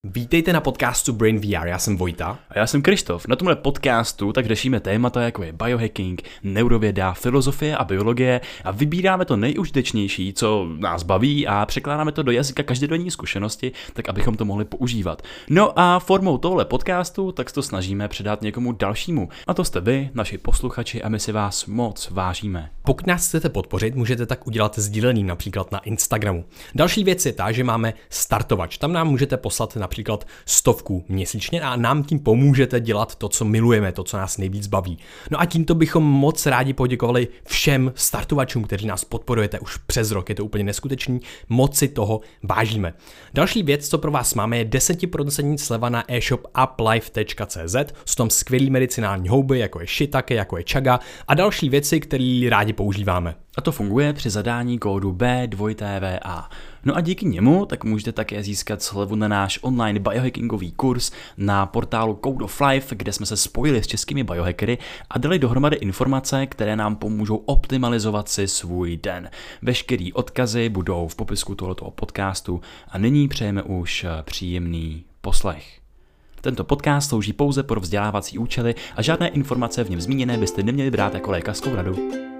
Vítejte na podcastu Brain VR, já jsem Vojta. A já jsem Krištof. Na tomhle podcastu tak řešíme témata jako je biohacking, neurověda, filozofie a biologie a vybíráme to nejužitečnější, co nás baví a překládáme to do jazyka každodenní zkušenosti, tak abychom to mohli používat. No a formou tohle podcastu tak to snažíme předat někomu dalšímu. A to jste vy, naši posluchači, a my si vás moc vážíme. Pokud nás chcete podpořit, můžete tak udělat sdílením například na Instagramu. Další věc je ta, že máme startovač. Tam nám můžete poslat například 100 měsíčně a nám tím pomůžete dělat to, co milujeme, to, co nás nejvíc baví. No a tímto bychom moc rádi poděkovali všem startovačům, kteří nás podporujete už přes rok. Je to úplně neskutečný, moc si toho vážíme. Další věc, co pro vás máme, je 10% sleva na e-shop uplife.cz. Jsou tam skvělý medicinální houby, jako je shiitake, jako je chaga a další věci, které rádi používáme. A to funguje při zadání kódu B2TVA. No a díky němu tak můžete také získat slevu na náš online biohackingový kurz na portálu Code of Life, kde jsme se spojili s českými biohackery a dali dohromady informace, které nám pomůžou optimalizovat si svůj den. Veškerý odkazy budou v popisku tohoto podcastu a nyní přejeme už příjemný poslech. Tento podcast slouží pouze pro vzdělávací účely a žádné informace v něm zmíněné byste neměli brát jako lékařskou radu.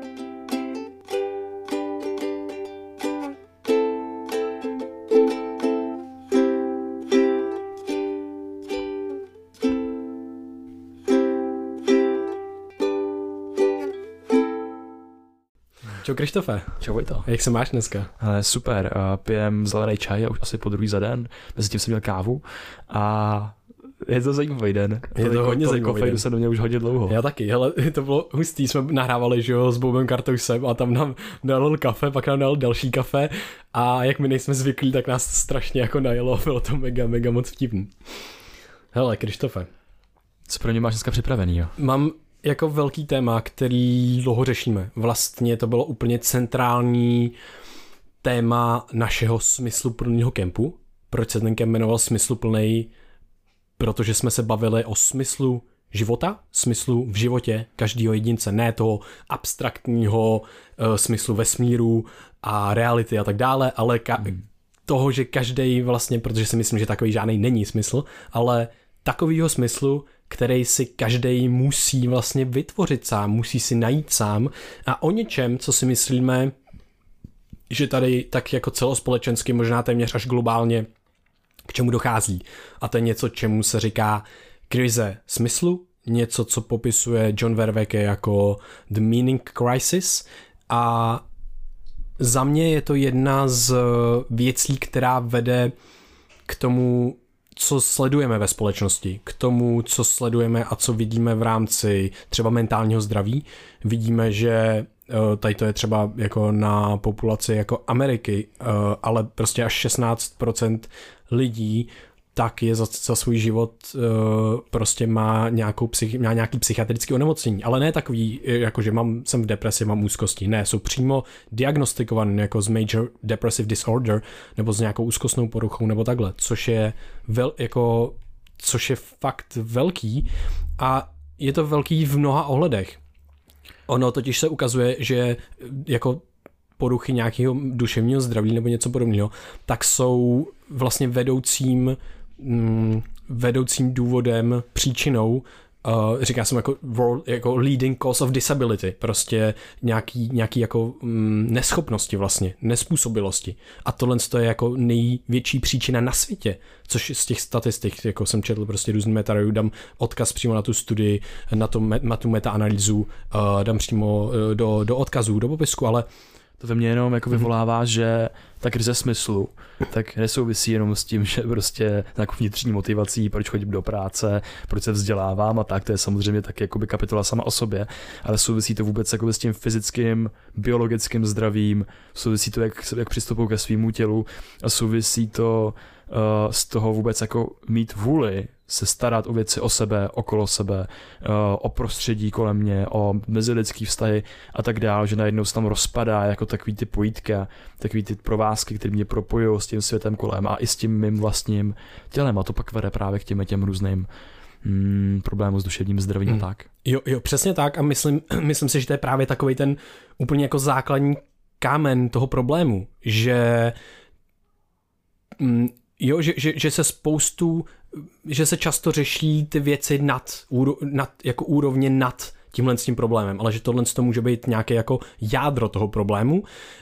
Čau Krištofe. Čau Vojto. Jak se máš dneska? Hele, super, pijem zelený čaj už asi po druhý za den, mezi tím jsem měl kávu a je to zajímavý den. Je to hodně zajímavý den. Kofeinu se do mě už hodně dlouho. Já taky, hele, to bylo hustý, jsme nahrávali, že jo, s Bobem Kartousem a tam nám nalil kafe, pak nám dal další kafe a jak my nejsme zvyklí, tak nás strašně jako najelo, bylo to mega moc vtipný. Hele, Krištofe. Co pro mě máš dneska připravený, jo? Mám jako velký téma, který dlouho řešíme. Vlastně to bylo úplně centrální téma našeho smysluplného kempu. Proč se ten kemp jmenoval Smysluplnej? Protože jsme se bavili o smyslu života, smyslu v životě každého jedince, ne toho abstraktního smyslu vesmíru a reality a tak dále, ale toho, že každej vlastně, protože si myslím, že takový žádnej není smysl, ale takovýho smyslu, který si každej musí vlastně vytvořit sám, musí si najít sám a o něčem, co si myslíme, že tady tak jako celospolečensky, možná téměř až globálně, k čemu dochází. A to je něco, čemu se říká krize smyslu, něco, co popisuje John Vervaeke jako The Meaning Crisis a za mě je to jedna z věcí, která vede k tomu, co sledujeme ve společnosti, k tomu, co sledujeme a co vidíme v rámci třeba mentálního zdraví. Vidíme, že tady to je třeba jako na populaci jako Ameriky, ale prostě až 16% lidí tak je za svůj život prostě má nějaký psychiatrický onemocnění, ale ne takový, jakože jsem v depresi, mám úzkosti, ne, jsou přímo diagnostikované jako z Major Depressive Disorder nebo s nějakou úzkostnou poruchou nebo takhle, což je fakt velký a je to velký v mnoha ohledech. Ono totiž se ukazuje, že jako poruchy nějakého duševního zdraví nebo něco podobného, tak jsou vlastně vedoucím důvodem, příčinou, říká jsem jako leading cause of disability, prostě nějaký jako neschopnosti vlastně, nespůsobilosti. A tohle je jako největší příčina na světě, což z těch statistik, jako jsem četl prostě různý metareju, dám odkaz přímo na tu studii, na tu metaanalýzu, dám přímo do odkazů, do popisku, ale to ve mně jenom jako vyvolává, že ta krize smyslu tak nesouvisí jenom s tím, že prostě nějakou vnitřní motivací, proč chodím do práce, proč se vzdělávám a tak, to je samozřejmě taky jakoby kapitola sama o sobě, ale souvisí to vůbec jakoby s tím fyzickým, biologickým zdravím, souvisí to, jak přistupuji ke svýmu tělu a souvisí to z toho vůbec jako mít vůli se starat o věci o sebe, okolo sebe, o prostředí kolem mě, o mezilidský vztahy a tak dále, že najednou se tam rozpadá jako takový ty pojítka, takový ty provázky, které mě propojují s tím světem kolem a i s tím mým vlastním tělem a to pak vede právě k těm různým problémům s duševním zdravím a tak. Jo, přesně tak a myslím si, že to je právě takovej ten úplně jako základní kámen toho problému, že Jo, že se často řeší ty věci jako úrovně nad tímhle s tím problémem, ale že tohle to může být nějaké jako jádro toho problému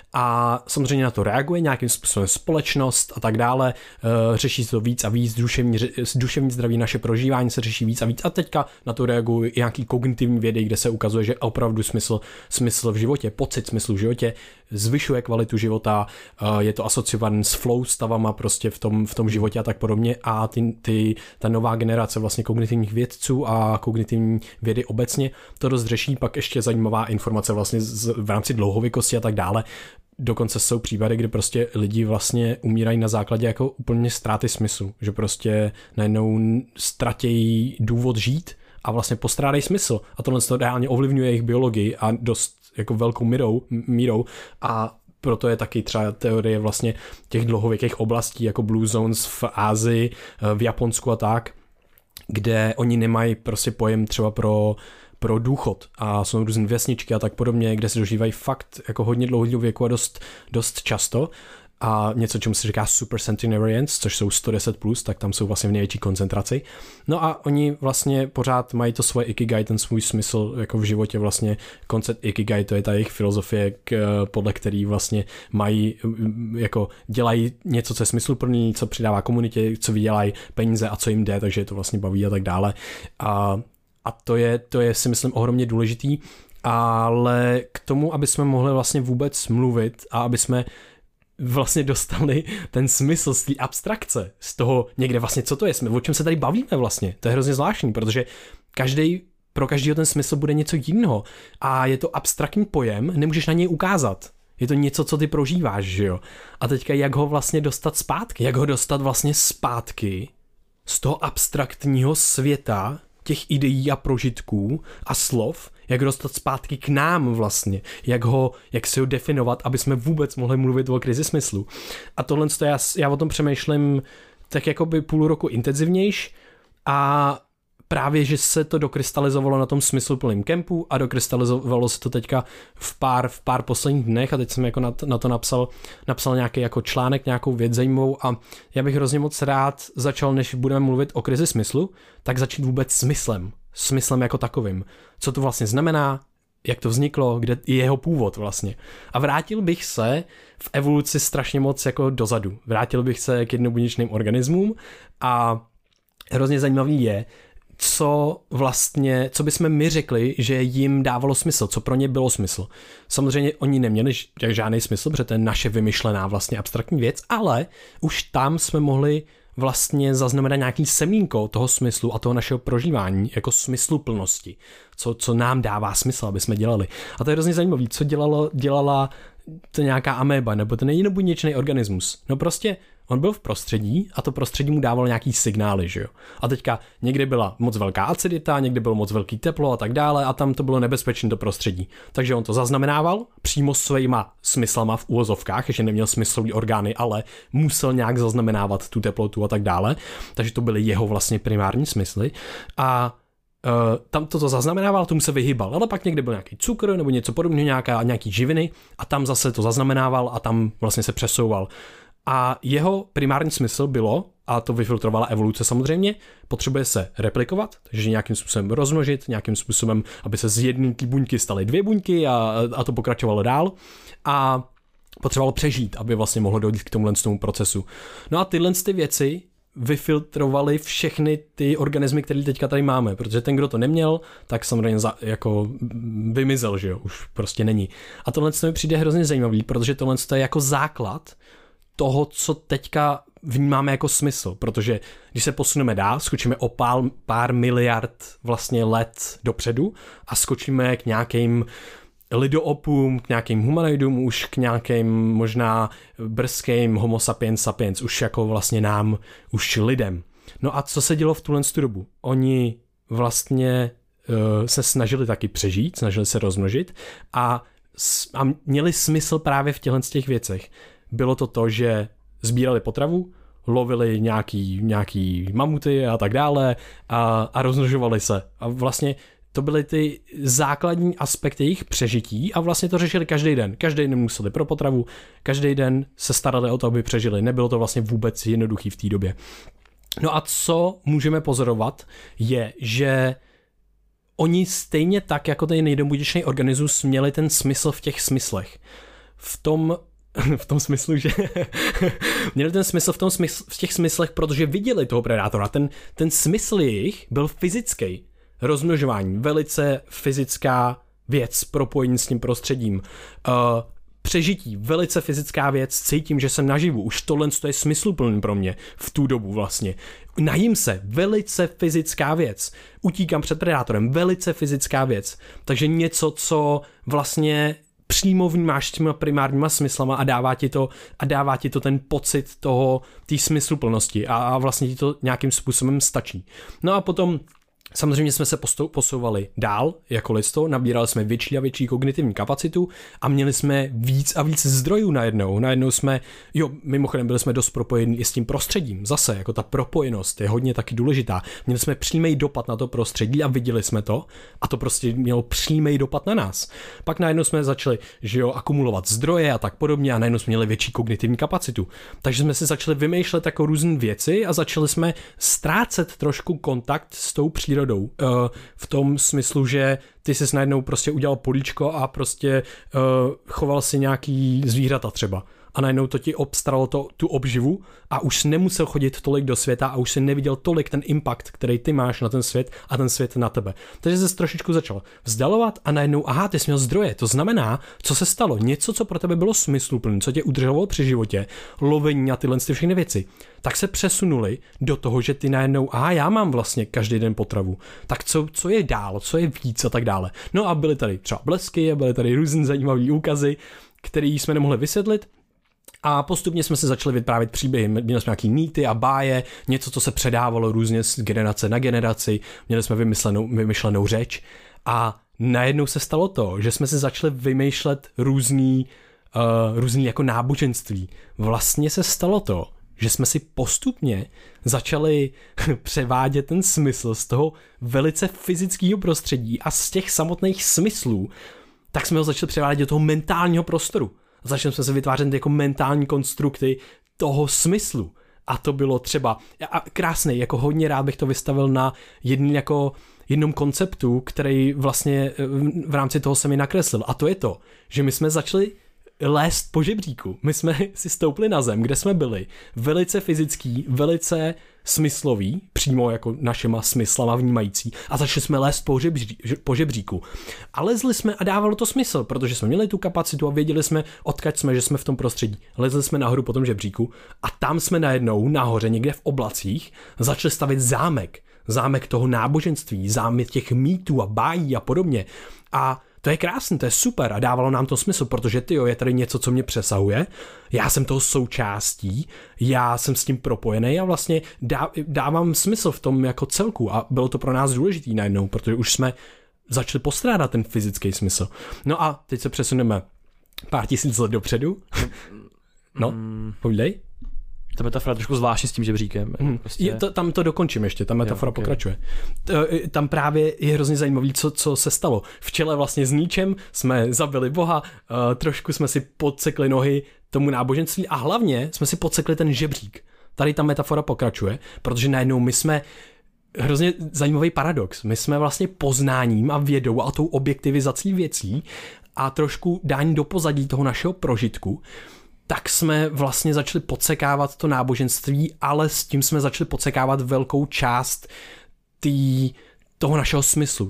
a samozřejmě na to reaguje nějakým způsobem společnost a tak dále, řeší se to víc a víc, duševní zdraví, naše prožívání se řeší víc a víc a teďka na to reagují i nějaký kognitivní vědy, kde se ukazuje, že opravdu smysl v životě, pocit smyslu v životě zvyšuje kvalitu života, je to asociované s flow stavama prostě v tom životě a tak podobně a ta nová generace vlastně kognitivních vědců a kognitivní vědy obecně to dost řeší, pak ještě zajímavá informace vlastně v rámci dlouhověkosti a tak dále. Dokonce jsou případy, kdy prostě lidi vlastně umírají na základě jako úplně ztráty smyslu, že prostě najednou ztratějí důvod žít a vlastně postrádají smysl a tohle to reálně ovlivňuje jejich biologii a dost jako velkou mírou a proto je taky třeba teorie vlastně těch dlouhověkých oblastí jako Blue Zones v Ázii, v Japonsku a tak, kde oni nemají prostě pojem třeba pro důchod a jsou různé vesničky a tak podobně, kde se dožívají fakt jako hodně dlouhého věku a dost často a něco, čemu se říká super centenarians, což jsou 110+, tak tam jsou vlastně v největší koncentraci. No a oni vlastně pořád mají to svoje ikigai, ten svůj smysl jako v životě vlastně koncept ikigai, to je ta jejich filozofie, podle který vlastně mají, jako dělají něco, co je smysluplný, co přidává komunitě, co vydělají peníze a co jim jde, takže je to vlastně baví a tak dále. A to je si myslím ohromně důležitý, ale k tomu, aby jsme mohli vlastně vůbec mluvit a aby jsme vlastně dostali ten smysl z té abstrakce, z toho někde vlastně, co to je, o čem se tady bavíme vlastně, to je hrozně zvláštní, protože pro každého ten smysl bude něco jiného a je to abstraktní pojem, nemůžeš na něj ukázat. Je to něco, co ty prožíváš, že jo? A teďka jak ho vlastně dostat zpátky? Jak ho dostat vlastně zpátky z toho abstraktního světa těch ideí a prožitků a slov, jak ho dostat zpátky k nám vlastně, jak si ho definovat, aby jsme vůbec mohli mluvit o krizi smyslu. A tohle já o tom přemýšlím tak jakoby půl roku intenzivnějš a právě, že se to dokrystalizovalo na tom smysluplném kempu a dokrystalizovalo se to teďka v pár posledních dnech a teď jsem jako na to napsal nějaký jako článek, nějakou věc zajímavou a já bych hrozně moc rád začal, než budeme mluvit o krizi smyslu, tak začít vůbec smyslem jako takovým. Co to vlastně znamená, jak to vzniklo, kde je jeho původ vlastně. A vrátil bych se v evoluci strašně moc jako dozadu. Vrátil bych se k jednobuněčným organismům a hrozně zajímavý je, co bychom my řekli, že jim dávalo smysl, co pro ně bylo smysl. Samozřejmě oni neměli žádný smysl, protože to je naše vymyšlená vlastně abstraktní věc, ale už tam jsme mohli vlastně zaznamenat nějaký semínko toho smyslu a toho našeho prožívání jako smysluplnosti, co nám dává smysl, aby jsme dělali. A to je hrozně zajímavé, co dělala to nějaká améba, nebo ten jednobuněčný organismus. No prostě on byl v prostředí a to prostředí mu dávalo nějaký signály, že jo. A teďka někdy byla moc velká acidita, někdy bylo moc velký teplo a tak dále a tam to bylo nebezpečné to prostředí. Takže on to zaznamenával přímo svýma smyslama v úvozovkách, že neměl smyslový orgány, ale musel nějak zaznamenávat tu teplotu a tak dále. Takže to byly jeho vlastně primární smysly a tam toto zaznamenával, tomu se vyhýbal, ale pak někde byl nějaký cukr nebo něco podobného, nějaký živiny a tam zase to zaznamenával a tam vlastně se přesouval. A jeho primární smysl bylo, a to vyfiltrovala evoluce samozřejmě, potřebuje se replikovat, takže nějakým způsobem rozmnožit, nějakým způsobem, aby se z jedné buňky staly 2 buňky a to pokračovalo dál. A potřebovalo přežít, aby vlastně mohlo dojít k tomuhle procesu. No a tyhle věci vyfiltrovali všechny ty organismy, které teďka tady máme, protože ten, kdo to neměl, tak samozřejmě jako vymizel, že jo, už prostě není. A tohle mi přijde hrozně zajímavý, protože tohle je jako základ toho, co teďka vnímáme jako smysl, protože když se posuneme dál, skočíme o pár miliard vlastně let dopředu a skočíme k nějakým lidoopům, k nějakým humanoidům, už k nějakým možná brzkým homo sapiens, už jako vlastně nám, už lidem. No a co se dělo v tuhle dobu? Oni vlastně se snažili taky přežít, snažili se rozmnožit a měli smysl právě v těch věcech. Bylo to, že sbírali potravu, lovili nějaký mamuty a tak dále a rozmnožovali se. A vlastně To byly ty základní aspekty jejich přežití a vlastně to řešili každý den. Každý den museli pro potravu, každý den se starali o to, aby přežili. Nebylo to vlastně vůbec jednoduchý v té době. No a co můžeme pozorovat, je, že oni stejně tak, jako ten nejdobuděčný organismus, měli ten smysl v těch smyslech. V tom smyslu, že měli ten smysl v těch smyslech, protože viděli toho predátora. Ten smysl jejich byl fyzický. Rozmnožování, velice fyzická věc, propojení s tím prostředím. Přežití, velice fyzická věc, cítím, že jsem naživu. Už tohle je smysluplný pro mě v tu dobu vlastně. Najím se, velice fyzická věc. Utíkám před predátorem, velice fyzická věc. Takže něco, co vlastně přímo vnímáš těma primárníma smyslama a dává ti to ten pocit té smysluplnosti a vlastně ti to nějakým způsobem stačí. No a potom samozřejmě jsme se posouvali dál jako lidstvo, nabírali jsme větší a větší kognitivní kapacitu a měli jsme víc a víc zdrojů najednou. Najednou jsme, mimochodem byli jsme dost propojeni i s tím prostředím. Zase, jako ta propojenost je hodně taky důležitá. Měli jsme přímý dopad na to prostředí a viděli jsme to a to prostě mělo přímý dopad na nás. Pak najednou jsme začali, akumulovat zdroje a tak podobně a najednou jsme měli větší kognitivní kapacitu. Takže jsme si začali vymýšlet jako různé věci a začali jsme ztrácet trošku kontakt s tou přírodou. V tom smyslu, že ty jsi najednou prostě udělal políčko a prostě choval si nějaký zvířata třeba. A najednou to ti obstaralo tu obživu a už jsi nemusel chodit tolik do světa a už jsi neviděl tolik ten impact, který ty máš na ten svět a ten svět na tebe. Takže jsi trošičku začal vzdalovat a najednou, ty jsi měl zdroje, to znamená, co se stalo, něco, co pro tebe bylo smysluplné, co tě udržovalo při životě, lovení a tyhle všechny věci, tak se přesunuli do toho, že ty najednou, já mám vlastně každý den potravu, tak co je dál, co je víc a tak dále. No a byly tady třeba blesky a byly tady různé zajímavé úkazy, které jsme nemohli vysvětlit. A postupně jsme se začali vyprávět příběhy, měli jsme nějaký mýty a báje, něco, co se předávalo různě z generace na generaci, měli jsme vymyšlenou řeč a najednou se stalo to, že jsme se začali vymýšlet různý jako náboženství. Vlastně se stalo to, že jsme si postupně začali převádět ten smysl z toho velice fyzického prostředí a z těch samotných smyslů, tak jsme ho začali převádět do toho mentálního prostoru. Začali jsme se vytvářet jako mentální konstrukty toho smyslu. A to bylo třeba krásný, jako hodně rád bych to vystavil na jednom konceptu, který vlastně v rámci toho jsem mi nakreslil. A to je to, že my jsme začali lézt po žebříku. My jsme si stoupli na zem, kde jsme byli. Velice fyzický, velice smyslový, přímo jako našima smyslama vnímající. A začali jsme lézt po žebříku. A lezli jsme a dávalo to smysl, protože jsme měli tu kapacitu a věděli jsme, odkud jsme, že jsme v tom prostředí. Lezli jsme nahoru po tom žebříku a tam jsme najednou nahoře někde v oblacích začali stavět zámek toho náboženství, zámek těch mýtů a bájí a podobně. A to je krásné, to je super a dávalo nám to smysl, protože je tady něco, co mě přesahuje, já jsem toho součástí, já jsem s tím propojený a vlastně dávám smysl v tom jako celku a bylo to pro nás důležitý najednou, protože už jsme začali postrádat ten fyzický smysl. No a teď se přesuneme pár tisíc let dopředu. No, povídej. Ta metafora trošku zvláštní s tím žebříkem. Prostě... Tam to dokončím ještě, ta metafora pokračuje. Tam právě je hrozně zajímavý, co se stalo. V čele vlastně s ničem jsme zabili Boha, trošku jsme si podsekli nohy tomu náboženství a hlavně jsme si podsekli ten žebřík. Tady ta metafora pokračuje, protože najednou my jsme hrozně zajímavý paradox. My jsme vlastně poznáním a vědou a tou objektivizací věcí a trošku dání do pozadí toho našeho prožitku, tak jsme vlastně začali podsekávat to náboženství, ale s tím jsme začali podsekávat velkou část toho našeho smyslu,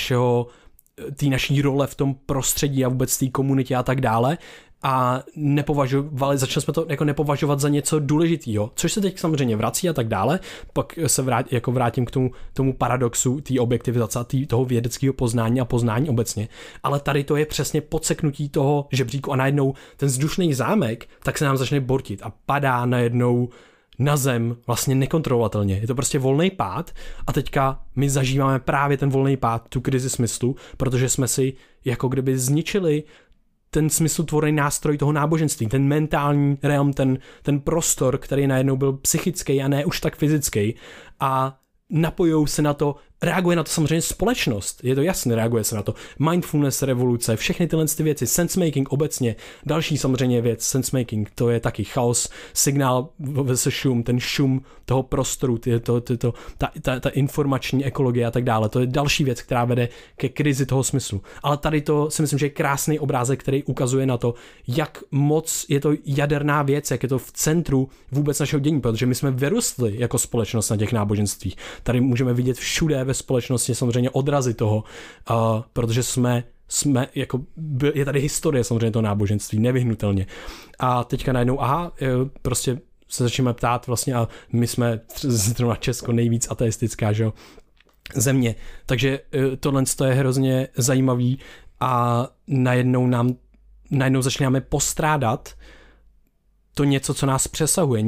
té naší role v tom prostředí a vůbec té komunitě a tak dále. A začali jsme to jako nepovažovat za něco důležitého, což se teď samozřejmě vrací a tak dále. Pak se vrátím k tomu paradoxu té objektivizace a toho vědeckého poznání a poznání obecně. Ale tady to je přesně podseknutí toho žebříku a najednou ten vzdušný zámek tak se nám začne bortit a padá najednou na zem vlastně nekontrolovatelně. Je to prostě volný pád a teďka my zažíváme právě ten volný pád, tu krizi smyslu, protože jsme si jako kdyby zničili ten smyslotvorný nástroj toho náboženství, ten mentální realm, ten prostor, který najednou byl psychický a ne už tak fyzický a napojou se na to reaguje na to samozřejmě společnost, je to jasné, reaguje se na to. Mindfulness revoluce, všechny tyhle ty sensemaking obecně, další samozřejmě věc, sensemaking, to je taky chaos, signál versus šum, ten šum toho prostoru, ta informační ekologie a tak dále, to je další věc, která vede ke krizi toho smyslu. Ale tady to si myslím, že je krásný obrázek, který ukazuje na to, jak moc je to jaderná věc, jak je to v centru vůbec našeho dění, protože my jsme vyrostli jako společnost na těch náboženstvích. Tady můžeme vidět všude ve společnosti samozřejmě odrazy toho, protože jsme jako, je tady historie samozřejmě toho náboženství, nevyhnutelně. A teďka najednou, prostě se začneme ptát vlastně a my jsme zrovna Česko nejvíc ateistická, že jo, země. Takže tohle je hrozně zajímavý a najednou začínáme postrádat to něco, co nás přesahuje,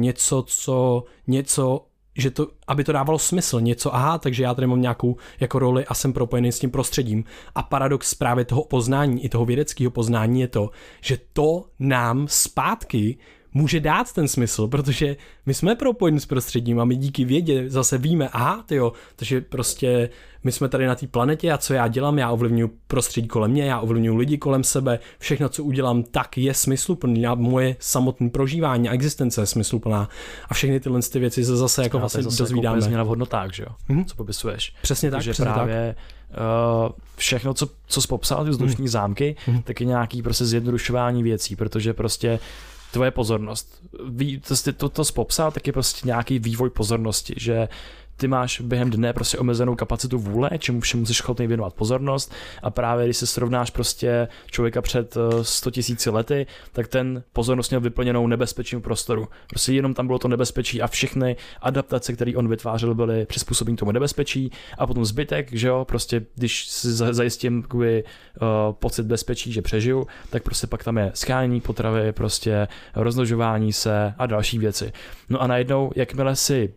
že to, aby to dávalo smysl, takže já tady mám nějakou jako roli a jsem propojený s tím prostředím. A paradox právě toho poznání i toho vědeckého poznání je to, že to nám zpátky může dát ten smysl, protože my jsme propojeni s prostředím a my díky vědě zase víme, takže prostě my jsme tady na té planetě a co já dělám, já ovlivňuji prostředí kolem mě, já ovlivňuji lidi kolem sebe, všechno, co udělám, tak je smysluplný a moje samotné prožívání a existence je smysluplná a všechny tyhle věci se zase jako vlastně dozvídáme. To je změna v hodnotách, že jo, co popisuješ. Přesně tak, přesně právě tak. Všechno, co jsi popsal, ty vzdušní zámky, tak je nějaký prostě zjednodušování věcí, protože prostě tvoje pozornost. To jsi popsal, tak je prostě nějaký vývoj pozornosti, že ty máš během dne prostě omezenou kapacitu vůle, čemu všemu jsi schopný věnovat pozornost a právě když se srovnáš prostě člověka před 100 000 lety, tak ten pozornost měl vyplněnou nebezpečným prostoru. Prostě jenom tam bylo to nebezpečí a všechny adaptace, které on vytvářel, byly přizpůsobeny tomu nebezpečí a potom zbytek, že jo, prostě když si zajistím pocit bezpečí, že přežiju, tak prostě pak tam je shánění potravy, prostě rozmnožování se a další věci. No a najednou, jakmile si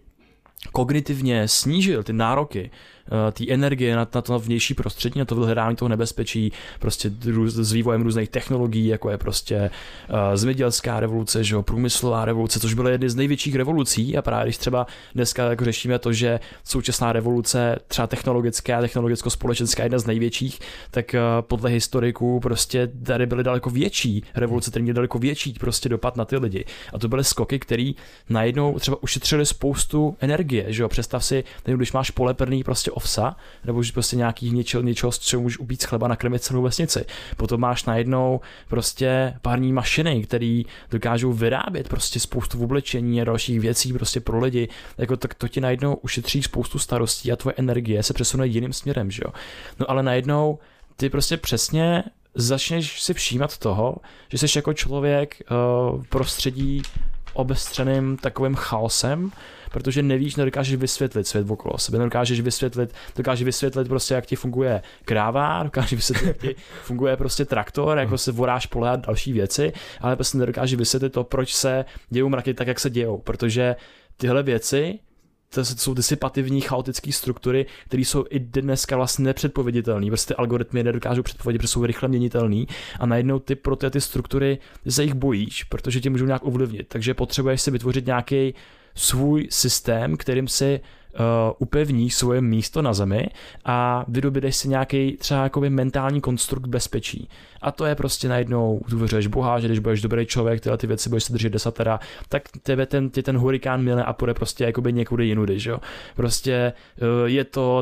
kognitivně snížil ty nároky, té energie na to vnější prostředí, na to vyhledání toho nebezpečí, prostě s vývojem různých technologií, jako je prostě zemědělská revoluce, že jo, průmyslová revoluce, což byly jedny z největších revolucí a právě když třeba dneska jako řešíme to, že současná revoluce, třeba technologická, technologicko-společenská, jedna z největších, tak podle historiků prostě tady byly daleko větší revoluce, které měly daleko větší prostě dopad na ty lidi. A to byly skoky, které najednou třeba ušetřily spoustu energie, že jo, představ si, když máš poleprný prostě ovsa, nebo už prostě něčeho, z čeho můžeš ubít z chleba, nakrmit celou vesnici. Potom máš najednou prostě pární mašiny, které dokážou vyrábět prostě spoustu oblečení a dalších věcí prostě pro lidi. Jako tak to ti najednou ušetří spoustu starostí a tvoje energie se přesune jiným směrem, že jo. No ale najednou ty prostě přesně začneš si všímat toho, že jsi jako člověk v prostředí obestřeným takovým chaosem, protože nevíš, nedokážeš vysvětlit svět okolo sebe, dokážeš vysvětlit prostě, jak ti funguje kráva, dokážeš vysvětlit, jak ti funguje prostě traktor, jako se voráš pole a další věci, ale prostě nedokážeš vysvětlit to, proč se dějou mraky tak, jak se dějou, protože tyhle věci, to jsou disipativní, chaotické struktury, které jsou i dneska vlastně nepředpověditelné. Prostě algoritmy nedokážou předpovědět, protože jsou rychle měnitelný a najednou ty pro ty struktury se jich bojíš, protože tě můžou nějak ovlivnit. Takže potřebuješ si vytvořit nějaký svůj systém, kterým si upevníš svoje místo na zemi a vydobídeš si nějaký třeba jakoby mentální konstrukt bezpečí. A to je prostě najednou, důvěřuješ Boha, že když budeš dobrý člověk, tyhle ty věci budeš se držet desatera, tak tebe ten hurikán mine a půjde prostě jakoby někudy jinudy, že jo. Prostě je to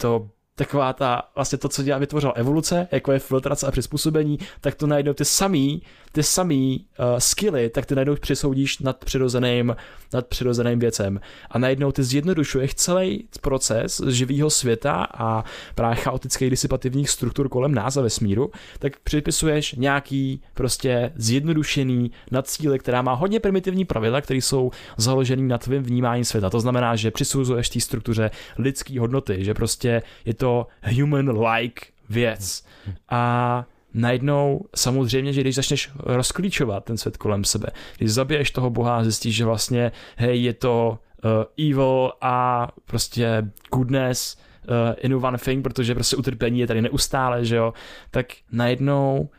taková ta, vlastně to, co vytvořila evoluce, jako je filtrace a přizpůsobení, tak to najednou ty samý skilly, tak ty najednou přisoudíš nad přirozeným věcem. A najednou ty zjednodušuješ celý proces živého světa a právě chaotických disipativních struktur kolem nás a vesmíru, tak připisuješ nějaký prostě zjednodušený nadcíle, která má hodně primitivní pravidla, které jsou založený na tvém vnímání světa. To znamená, že přisuzuješ té struktuře lidský hodnoty, že prostě je to human-like věc. A najednou samozřejmě, že když začneš rozklíčovat ten svět kolem sebe, když zabiješ toho Boha a zjistíš, že vlastně hej, je to evil a prostě goodness in one thing, protože prostě utrpení je tady neustále, že jo, tak najednou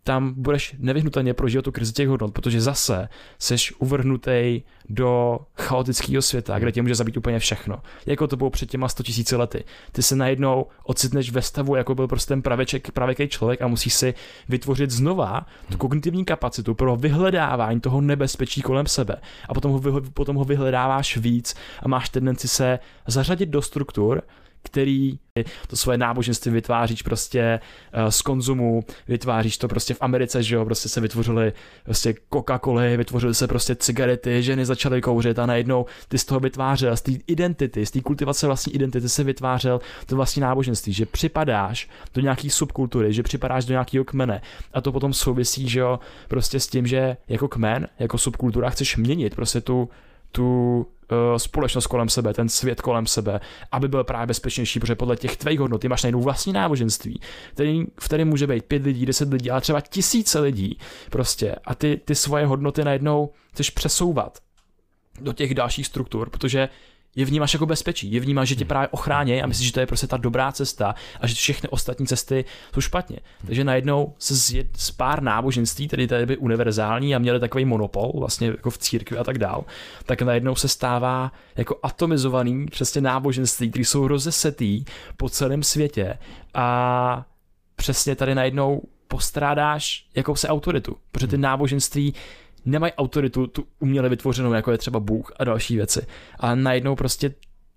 tam budeš nevyhnutelně prožívat tu krizi těch hodnot, protože zase seš uvrhnutý do chaotického světa, kde tě může zabít úplně všechno. Jako to bylo před těma 100 000 lety. Ty se najednou ocitneš ve stavu, jako byl prostě ten pravěký člověk a musíš si vytvořit znova tu kognitivní kapacitu pro vyhledávání toho nebezpečí kolem sebe. A potom ho vyhledáváš víc a máš tendenci se zařadit do struktur, který to svoje náboženství vytváříš prostě z konzumu, vytváříš to prostě v Americe, že jo, prostě se vytvořily prostě Coca-Coly, vytvořily se prostě cigarety, ženy začaly kouřit a najednou ty z toho vytvářel, z té identity, z té kultivace vlastní identity se vytvářel to vlastní náboženství, že připadáš do nějaký subkultury, že připadáš do nějakého kmene a to potom souvisí, že jo, prostě s tím, že jako kmen, jako subkultura chceš měnit prostě tu společnost kolem sebe, ten svět kolem sebe, aby byl právě bezpečnější, protože podle těch tvých hodnot ty máš najednou vlastní náboženství, v kterém může být 5 lidí, 10 lidí, ale třeba 1000 lidí prostě a ty svoje hodnoty najednou chceš přesouvat do těch dalších struktur, protože je vnímáš jako bezpečí, je vnímáš, že tě právě ochrání a myslíš, že to je prostě ta dobrá cesta a že všechny ostatní cesty jsou špatně. Takže najednou se z pár náboženství, tedy by univerzální a měli takový monopol, vlastně jako v církvi a tak dál, tak najednou se stává jako atomizovaný přesně náboženství, které jsou rozesetý po celém světě a přesně tady najednou postrádáš jakousi autoritu, protože ty náboženství nemají autoritu tu uměle vytvořenou, jako je třeba Bůh a další věci. A najednou prostě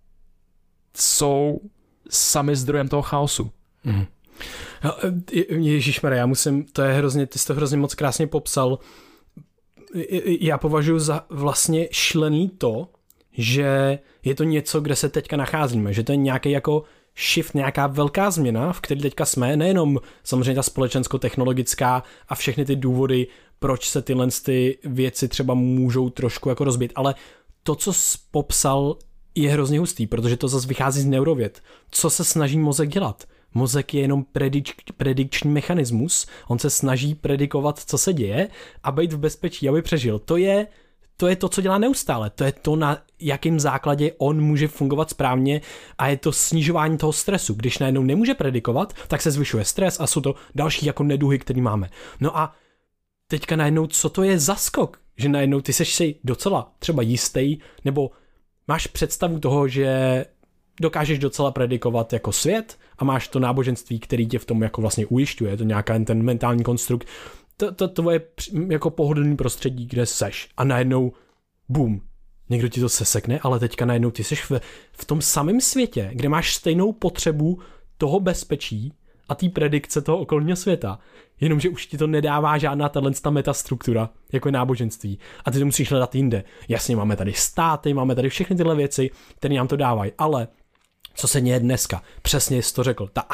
jsou sami zdrojem toho chaosu. Mm. Ježišmarja, ty jsi to hrozně moc krásně popsal. Já považuji za vlastně šílený to, že je to něco, kde se teďka nacházíme, že to je nějaký jako shift, nějaká velká změna, v které teďka jsme, nejenom samozřejmě ta společensko-technologická a všechny ty důvody, proč se tyhle ty věci třeba můžou trošku jako rozbít, ale to, co jsi popsal, je hrozně hustý, protože to zase vychází z neurověd. Co se snaží mozek dělat? Mozek je jenom predikční mechanismus, on se snaží predikovat, co se děje a být v bezpečí, aby přežil. To je to, co dělá neustále. To je to, na jakém základě on může fungovat správně a je to snižování toho stresu. Když najednou nemůže predikovat, tak se zvyšuje stres a jsou to další jako neduhy, které máme. No a teďka najednou, co to je za skok? Že najednou ty seš si docela třeba jistý, nebo máš představu toho, že dokážeš docela predikovat jako svět a máš to náboženství, který tě v tom jako vlastně ujišťuje, je to nějaká ten mentální konstrukt, to je jako pohodlný prostředí, kde seš a najednou boom, někdo ti to sesekne, ale teďka najednou ty seš v tom samém světě, kde máš stejnou potřebu toho bezpečí a té predikce toho okolního světa, jenomže už ti to nedává žádná tato metastruktura, jako je náboženství a ty to musíš hledat jinde. Jasně, máme tady státy, máme tady všechny tyhle věci, které nám to dávají, ale co se děje dneska, přesně jsi to řekl, ta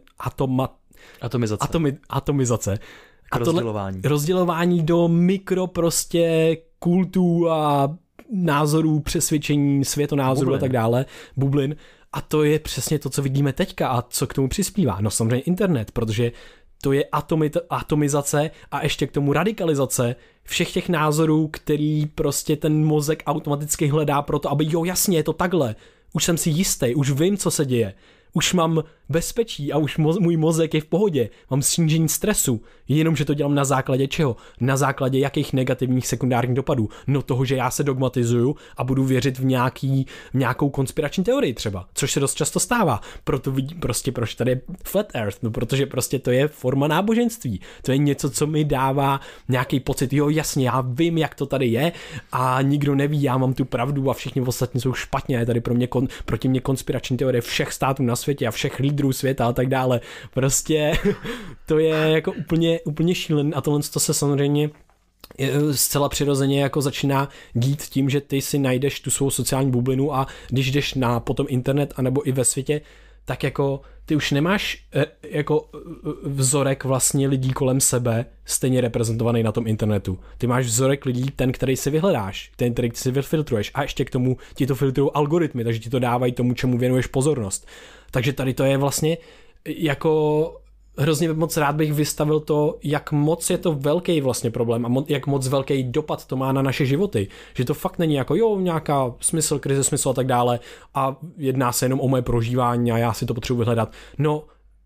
atomizace, rozdělování do mikro prostě kultů a názorů, přesvědčení, světonázorů a tak dále, bublin. A to je přesně to, co vidíme teďka a co k tomu přispívá. No samozřejmě internet, protože to je atomizace a ještě k tomu radikalizace všech těch názorů, který prostě ten mozek automaticky hledá proto, aby jo, jasně, je to takhle. Už jsem si jistý, už vím, co se děje. Už mám bezpečí a už můj mozek je v pohodě. Mám snížení stresu. Jenom, že to dělám na základě čeho? Na základě jakých negativních sekundárních dopadů? No toho, že já se dogmatizuju a budu věřit v nějakou konspirační teorii třeba, což se dost často stává. Proto vidím prostě, proč tady je Flat Earth, no protože prostě to je forma náboženství. To je něco, co mi dává nějaký pocit, jo jasně, já vím, jak to tady je a nikdo neví, já mám tu pravdu a všichni ostatní jsou špatně, je tady proti mě konspirační teorie všech států na světě a všech lídrů světa a tak dále. Prostě to je jako úplně šílený a tohle to se samozřejmě zcela přirozeně jako začíná dít tím, že ty si najdeš tu svou sociální bublinu a když jdeš na potom internet anebo i ve světě, tak jako ty už nemáš jako vzorek vlastně lidí kolem sebe stejně reprezentovaný na tom internetu. Ty máš vzorek lidí, ten, který si vyhledáš, ten, který si vyfiltruješ a ještě k tomu ti to filtrují algoritmy, takže ti to dávají tomu, čemu věnuješ pozornost. Takže tady to je vlastně jako hrozně moc rád bych vystavil to, jak moc je to velký vlastně problém a jak moc velký dopad to má na naše životy. Že to fakt není jako jo, nějaká smysl, krize smysl a tak dále a jedná se jenom o moje prožívání a já si to potřebuji vyhledat. No,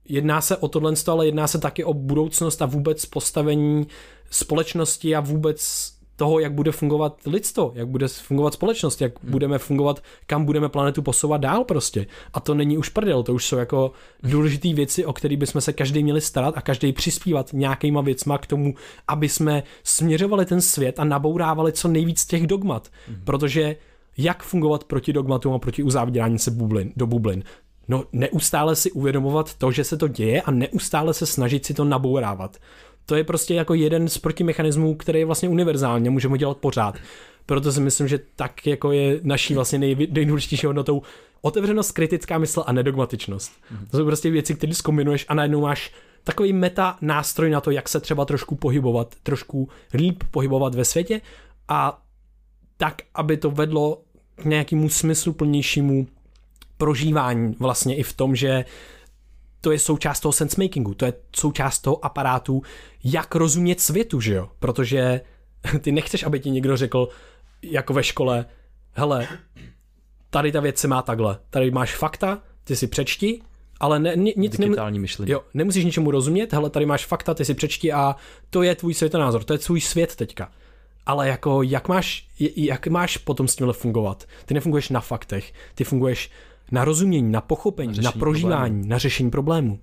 jedná se o tohle, ale jedná se taky o budoucnost a vůbec postavení společnosti a vůbec toho, jak bude fungovat lidstvo, jak bude fungovat společnost, jak budeme fungovat, kam budeme planetu posouvat dál prostě. A to není už prdel, to už jsou jako důležité věci, o které bychom se každý měli starat a každý přispívat nějakýma věcma k tomu, aby jsme směřovali ten svět a nabourávali co nejvíc těch dogmat. Protože jak fungovat proti dogmatům a proti uzavírání se do bublin? No neustále si uvědomovat to, že se to děje a neustále se snažit si to nabourávat. To je prostě jako jeden z protimechanismů, který je vlastně univerzální, můžeme dělat pořád. Proto si myslím, že tak jako je naší vlastně nejdůležitější hodnotou otevřenost, kritická mysl a nedogmatičnost. To jsou prostě věci, které zkombinuješ a najednou máš takový meta nástroj na to, jak se třeba trošku pohybovat, trošku líp pohybovat ve světě a tak, aby to vedlo k nějakému smysluplnějšímu prožívání vlastně i v tom, že to je součást toho sensemakingu, to je součást toho aparátu, jak rozumět světu, že jo? Protože ty nechceš, aby ti někdo řekl, jako ve škole, hele, tady ta věc se má takhle, tady máš fakta, ty si přečti, ale nic nemusíš ničemu rozumět, hele, tady máš fakta, ty si přečti a to je tvůj světonázor, to je tvůj svět teďka. Ale jako jak máš potom s tímhle fungovat? Ty nefunguješ na faktech, ty funguješ na rozumění, na pochopení, na prožívání, na řešení problémů.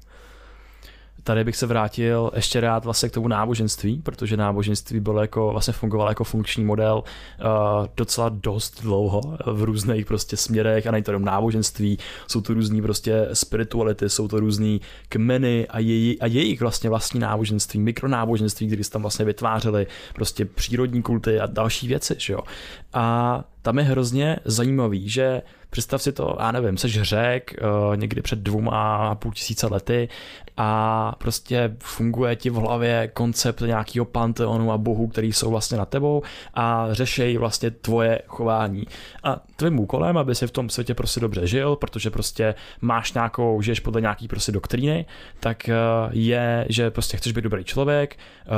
Tady bych se vrátil ještě rád vlastně k tomu náboženství, protože náboženství bylo jako, vlastně fungovalo jako funkční model docela dost dlouho v různých prostě směrech a není to jenom náboženství, jsou to různý prostě spirituality, jsou to různý kmeny a jejich vlastně vlastní náboženství, mikronáboženství, které se tam vlastně vytvářely, prostě přírodní kulty a další věci, že jo. A tam je hrozně zajímavý, že představ si to, já nevím, seš Řek někdy před 2,5 tisíce lety a prostě funguje ti v hlavě koncept nějakého panteonu a bohů, který jsou vlastně nad tebou a řešejí vlastně tvoje chování. A tvým úkolem, aby si v tom světě prostě dobře žil, protože prostě máš nějakou, žiješ podle nějaký prostě doktríny, tak je, že prostě chceš být dobrý člověk,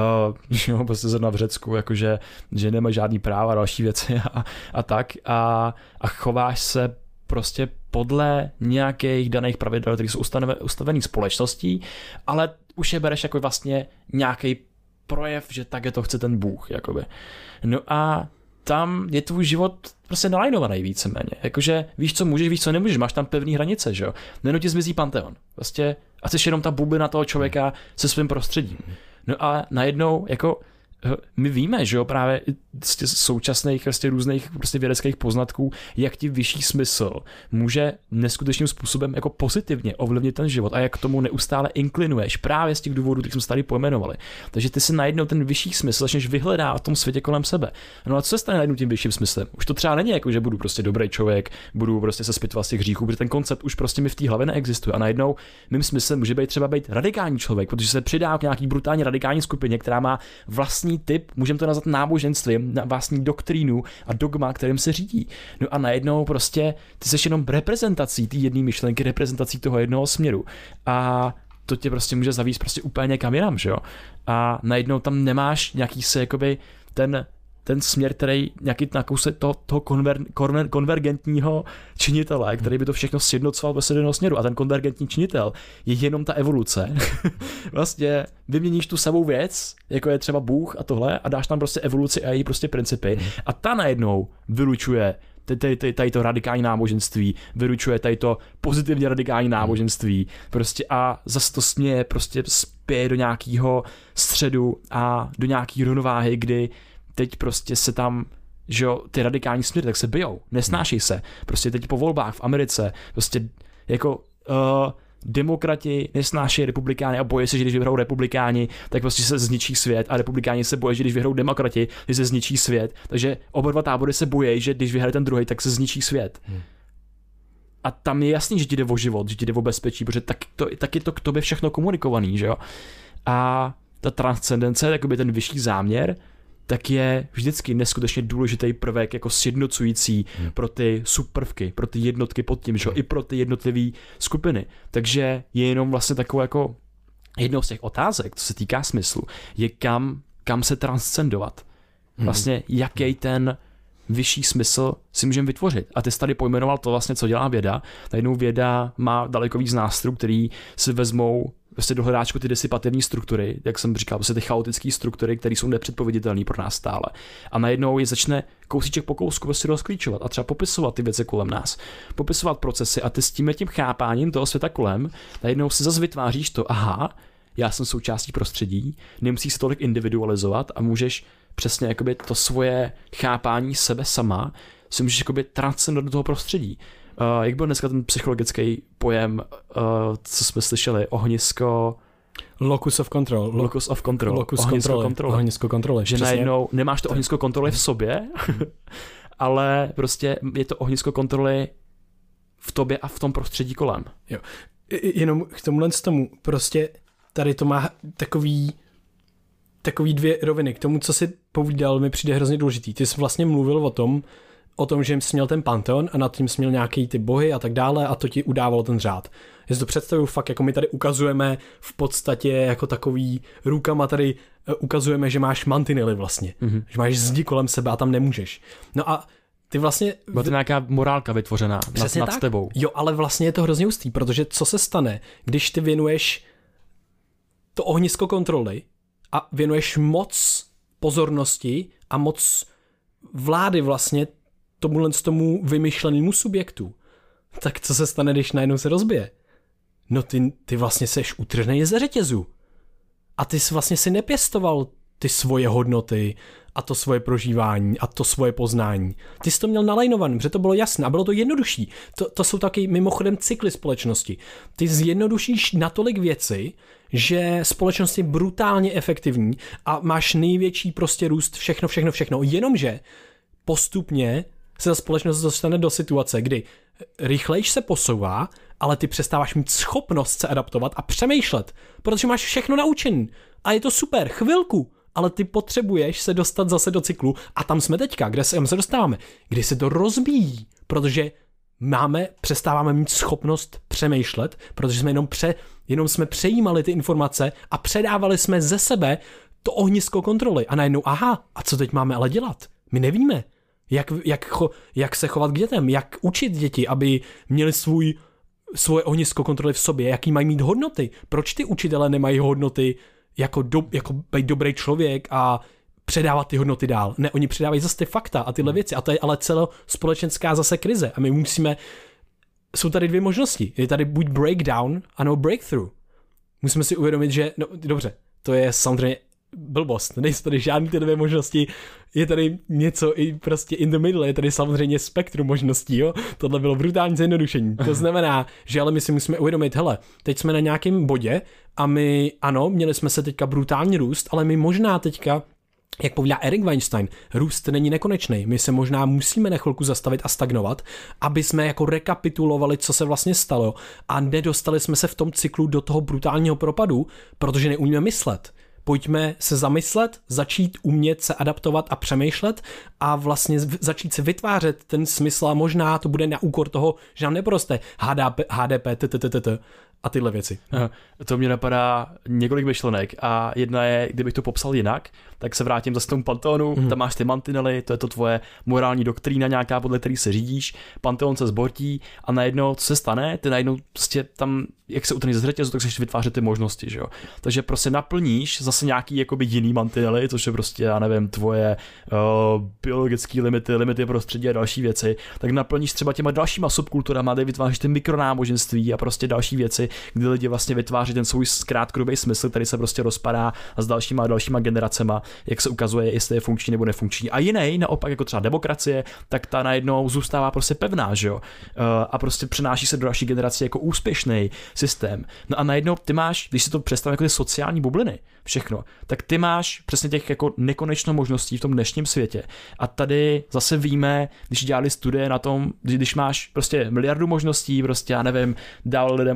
jo, prostě zrovna v Řecku, jakože že nemá žádný práva a další věci a tak a chováš se prostě podle nějakých daných pravidel, které jsou ustavený společností, ale už je bereš jako vlastně nějaký projev, že tak je to chce ten Bůh, jakoby. No a tam je tvůj život prostě nalajnovaný víceméně. Jakože víš, co můžeš, víš, co nemůžeš, máš tam pevný hranice, že jo. Nejenom ti zmizí panteon. Prostě a jsi jenom ta bublina toho člověka se svým prostředím. No a najednou jako my víme, že jo, právě z současných prostě různých prostě vědeckých poznatků, jak ti vyšší smysl může neskutečným způsobem jako pozitivně ovlivnit ten život a jak k tomu neustále inklinuješ právě z těch důvodů, které jsme tady pojmenovali. Takže ty si najednou ten vyšší smysl začneš vyhledávat v tom světě kolem sebe. No a co se stane najednou tím vyšším smyslem? Už to třeba není jako, že budu prostě dobrý člověk, budu prostě se zpytovat z těch hříchů, protože ten koncept už prostě mi v té hlavě neexistuje. A najednou mým smyslem může být třeba být radikální člověk, protože se přidá k nějaký brutální radikální skupině, která má vlastní typ, můžeme to nazvat náboženstvím, vlastní doktrínu a dogma, kterým se řídí. No a najednou prostě ty jsi jenom reprezentací té jedné myšlenky, reprezentací toho jednoho směru. A to tě prostě může zavíst prostě úplně někam jinam, že jo? A najednou tam nemáš nějaký se jakoby ten směr, který nějaký nakousek toho konvergentního činitele, který by to všechno sjednocoval ve jednoho směru. A ten konvergentní činitel je jenom ta evoluce. Vlastně vyměníš tu samou věc, jako je třeba Bůh a tohle, a dáš tam prostě evoluci a její prostě principy. A ta najednou vylučuje tady to radikální náboženství, vylučuje tady to pozitivně radikální náboženství. Prostě a zase to směje prostě spěje do nějakého středu a do nějaký rovnováhy, kdy teď prostě se tam, že jo, ty radikální směry, tak se bijou, nesnáší se. Prostě teď po volbách v Americe, prostě jako demokrati nesnáší republikány a bojí se, že když vyhrou republikáni, tak prostě se zničí svět a republikáni se bojí, že když vyhrou demokrati, že se zničí svět. Takže oba dva tábory se bojí, že když vyhraje ten druhý, tak se zničí svět. A tam je jasný, že ti jde o život, že ti jde o bezpečí, protože tak je to k tobě všechno komunikovaný, že jo. A ta transcendence, jakoby ten vyšší záměr, tak je vždycky neskutečně důležitý prvek jako sjednocující pro ty subprvky, pro ty jednotky pod tím, že? I pro ty jednotlivé skupiny. Takže je jenom vlastně takovou jako jednou z těch otázek, co se týká smyslu, je kam se transcendovat. Vlastně jaký ten vyšší smysl si můžeme vytvořit. A ty jsi tady pojmenoval to vlastně, co dělá věda. Najednou věda má daleko víc nástrojů, který si vezmou vlastně do hledáčku ty disipativní struktury, jak jsem říkal, prostě ty chaotické struktury, které jsou nepředpověditelné pro nás stále. A najednou je začne kousíček po kousku prostě rozklíčovat a třeba popisovat ty věci kolem nás. Popisovat procesy a ty s tím chápáním toho světa kolem, najednou si zase vytváříš to, aha, já jsem součástí prostředí, nemusíš se tolik individualizovat a můžeš přesně jakoby to svoje chápání sebe sama si můžeš jakoby transcendovat do toho prostředí. Jak byl dneska ten psychologický pojem, co jsme slyšeli, ohnisko... Locus of control. Locus of control. Ohnisko kontroly. Že najednou nemáš to ohnisko kontroly v sobě, ale prostě je to ohnisko kontroly v tobě a v tom prostředí kolem. Jo. Jenom k tomu prostě tady to má takový dvě roviny. K tomu, co jsi povídal, mi přijde hrozně důležitý. Ty jsi vlastně mluvil o tom, že jsi měl ten panteon a nad tím jsi měl nějaký ty bohy a tak dále a to ti udávalo ten řád. Já si to představuju fakt, jako my tady ukazujeme v podstatě jako takový rukama tady ukazujeme, že máš mantinely vlastně. Mm-hmm. Že máš zdi kolem sebe a tam nemůžeš. No a ty vlastně... Byla to nějaká morálka vytvořená nad tebou. Jo, ale vlastně je to hrozně hustý, protože co se stane, když ty věnuješ to ohnisko kontroly a věnuješ moc pozornosti a moc vlády vlastně tomu vymyšlenému subjektu, tak co se stane, když najednou se rozbije? No ty vlastně seš utržený ze řetězu. A ty jsi vlastně si nepěstoval ty svoje hodnoty a to svoje prožívání a to svoje poznání. Ty jsi to měl nalajnovaný, protože to bylo jasné a bylo to jednodušší. To jsou taky mimochodem cykly společnosti. Ty zjednodušíš natolik věci, že společnost je brutálně efektivní a máš největší prostě růst všechno. Jenomže postupně se ta společnost dostane do situace, kdy rychlejš se posouvá, ale ty přestáváš mít schopnost se adaptovat a přemýšlet, protože máš všechno naučený. A je to super, chvilku, ale ty potřebuješ se dostat zase do cyklu a tam jsme teďka, kde se dostáváme, kdy se to rozbíjí, protože přestáváme mít schopnost přemýšlet, protože jsme jenom jsme přejímali ty informace a předávali jsme ze sebe to ohnisko kontroly a najednou, aha, a co teď máme ale dělat? My nevíme, jak se chovat k dětem, jak učit děti, aby měli svoje ohnisko kontroly v sobě, jaký mají mít hodnoty, proč ty učitelé nemají hodnoty jako být dobrý člověk a předávat ty hodnoty dál. Ne, oni předávají zase ty fakta a tyhle věci a to je ale celospolečenská zase krize a my jsou tady dvě možnosti. Je tady buď breakdown, anebo breakthrough. Musíme si uvědomit, že, no dobře, to je samozřejmě blbost, nejsou tady žádný ty dvě možnosti, je tady něco i prostě in the middle, je tady samozřejmě spektrum možností, jo, tohle bylo brutální zjednodušení, to znamená, že ale my si musíme uvědomit, hele, teď jsme na nějakém bodě a měli jsme se teďka brutální růst, ale my možná teďka, jak povídá Eric Weinstein, růst není nekonečný. My se možná musíme na chvilku zastavit a stagnovat, aby jsme jako rekapitulovali, co se vlastně stalo a nedostali jsme se v tom cyklu do toho brutálního propadu, protože neumíme myslet. Pojďme se zamyslet, začít umět se adaptovat a přemýšlet a vlastně začít se vytvářet ten smysl a možná to bude na úkor toho, že nám neporoste HDP, a tyhle věci. To mě napadá několik myšlenek a jedna je, kdybych to popsal jinak, tak se vrátím zase k tomu Panteonu, tam máš ty mantinely, to je to tvoje morální doktrína nějaká, podle který se řídíš, Panteon se zbortí a najednou, co se stane, ty najednou prostě tam, jak se utrhneš z řetězu, tak chceš vytvářet ty možnosti, že jo. Takže prostě naplníš zase nějaký jakoby jiný mantinely, což je prostě, já nevím, tvoje biologické limity prostředí a další věci, tak naplníš třeba těma dalšíma subkulturama, kde vytváříš ty mikronáboženství a prostě další věci, kdy lidi vlastně vytváří ten svůj krátkodobý smysl, který se prostě rozpadá a s dalšíma generacema, jak se ukazuje, jestli je funkční nebo nefunkční. A jiný, naopak jako třeba demokracie, tak ta najednou zůstává prostě pevná, že jo? A prostě přenáší se do další generace jako úspěšný systém. No a najednou ty máš, když si to představím jako ty sociální bubliny, všechno, tak ty máš přesně těch jako nekonečno možností v tom dnešním světě. A tady zase víme, když dělali studie na tom, když máš prostě miliardu možností, prostě já nevím, dál lidem ochutnávat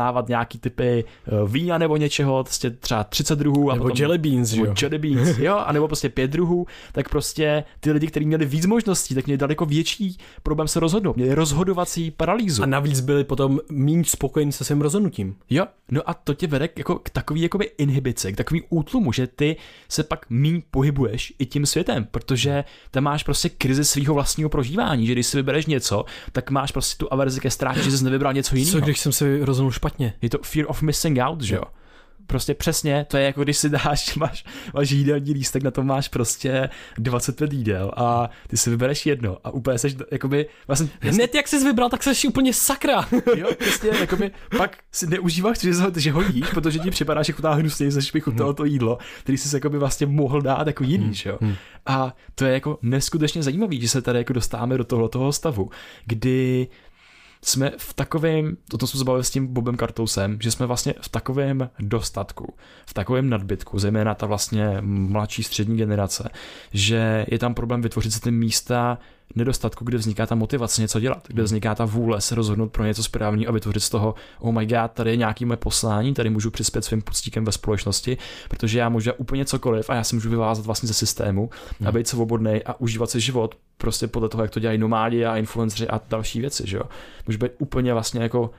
dávat nějaký typy vína nebo něčeho, prostě třeba 30 druhů. Nebo jelly beans, jo. Jelly beans, jo, anebo prostě 5 druhů, tak prostě ty lidi, kteří měli víc možností, tak měli daleko větší problém se rozhodnout, měli rozhodovací paralýzu. A navíc byli potom méně spokojení se svým rozhodnutím. Jo, no a to tě vede jako k takový jakoby inhibici, k takový útlumu, že ty se pak míň pohybuješ i tím světem, protože tam máš prostě krizi svého vlastního prožívání, že když si vybereš něco, tak máš prostě tu averzi ke ztrátě, že jsi nevybral něco jiného. Co když jsem se rozhodnul špatně? Je to fear of missing out, že jo? Prostě přesně, to je jako když si dáš, máš jídelní lístek, na tom máš prostě 25 jídel a ty si vybereš jedno a úplně seš jakoby vlastně... Hned jak jsi vybral, tak seš úplně sakra. Jo, prostě jakoby pak si neužíváš, že ho jíš, protože ti připadáš jako ta hnusněji ze špichu tohoto jídlo, který jsi jakoby vlastně mohl dát jako jiný, jo. A to je jako neskutečně zajímavý, že se tady jako dostáváme do tohoto stavu, kdy jsme v takovém, to jsme se bavili s tím Bobem Kartousem, že jsme vlastně v takovém dostatku, v takovém nadbytku, zejména ta vlastně mladší střední generace, že je tam problém vytvořit si ty místa nedostatku, kde vzniká ta motivace něco dělat, kde vzniká ta vůle se rozhodnout pro něco správného a vytvořit z toho, oh my god, tady je nějaký moje poslání, tady můžu přispět svým poctíkem ve společnosti, protože já můžu dělat úplně cokoliv a já se můžu vyvázat vlastně ze systému a být svobodnej a užívat si život prostě podle toho, jak to dělají nomádi a influenceři a další věci, že jo. Můžu být úplně vlastně jako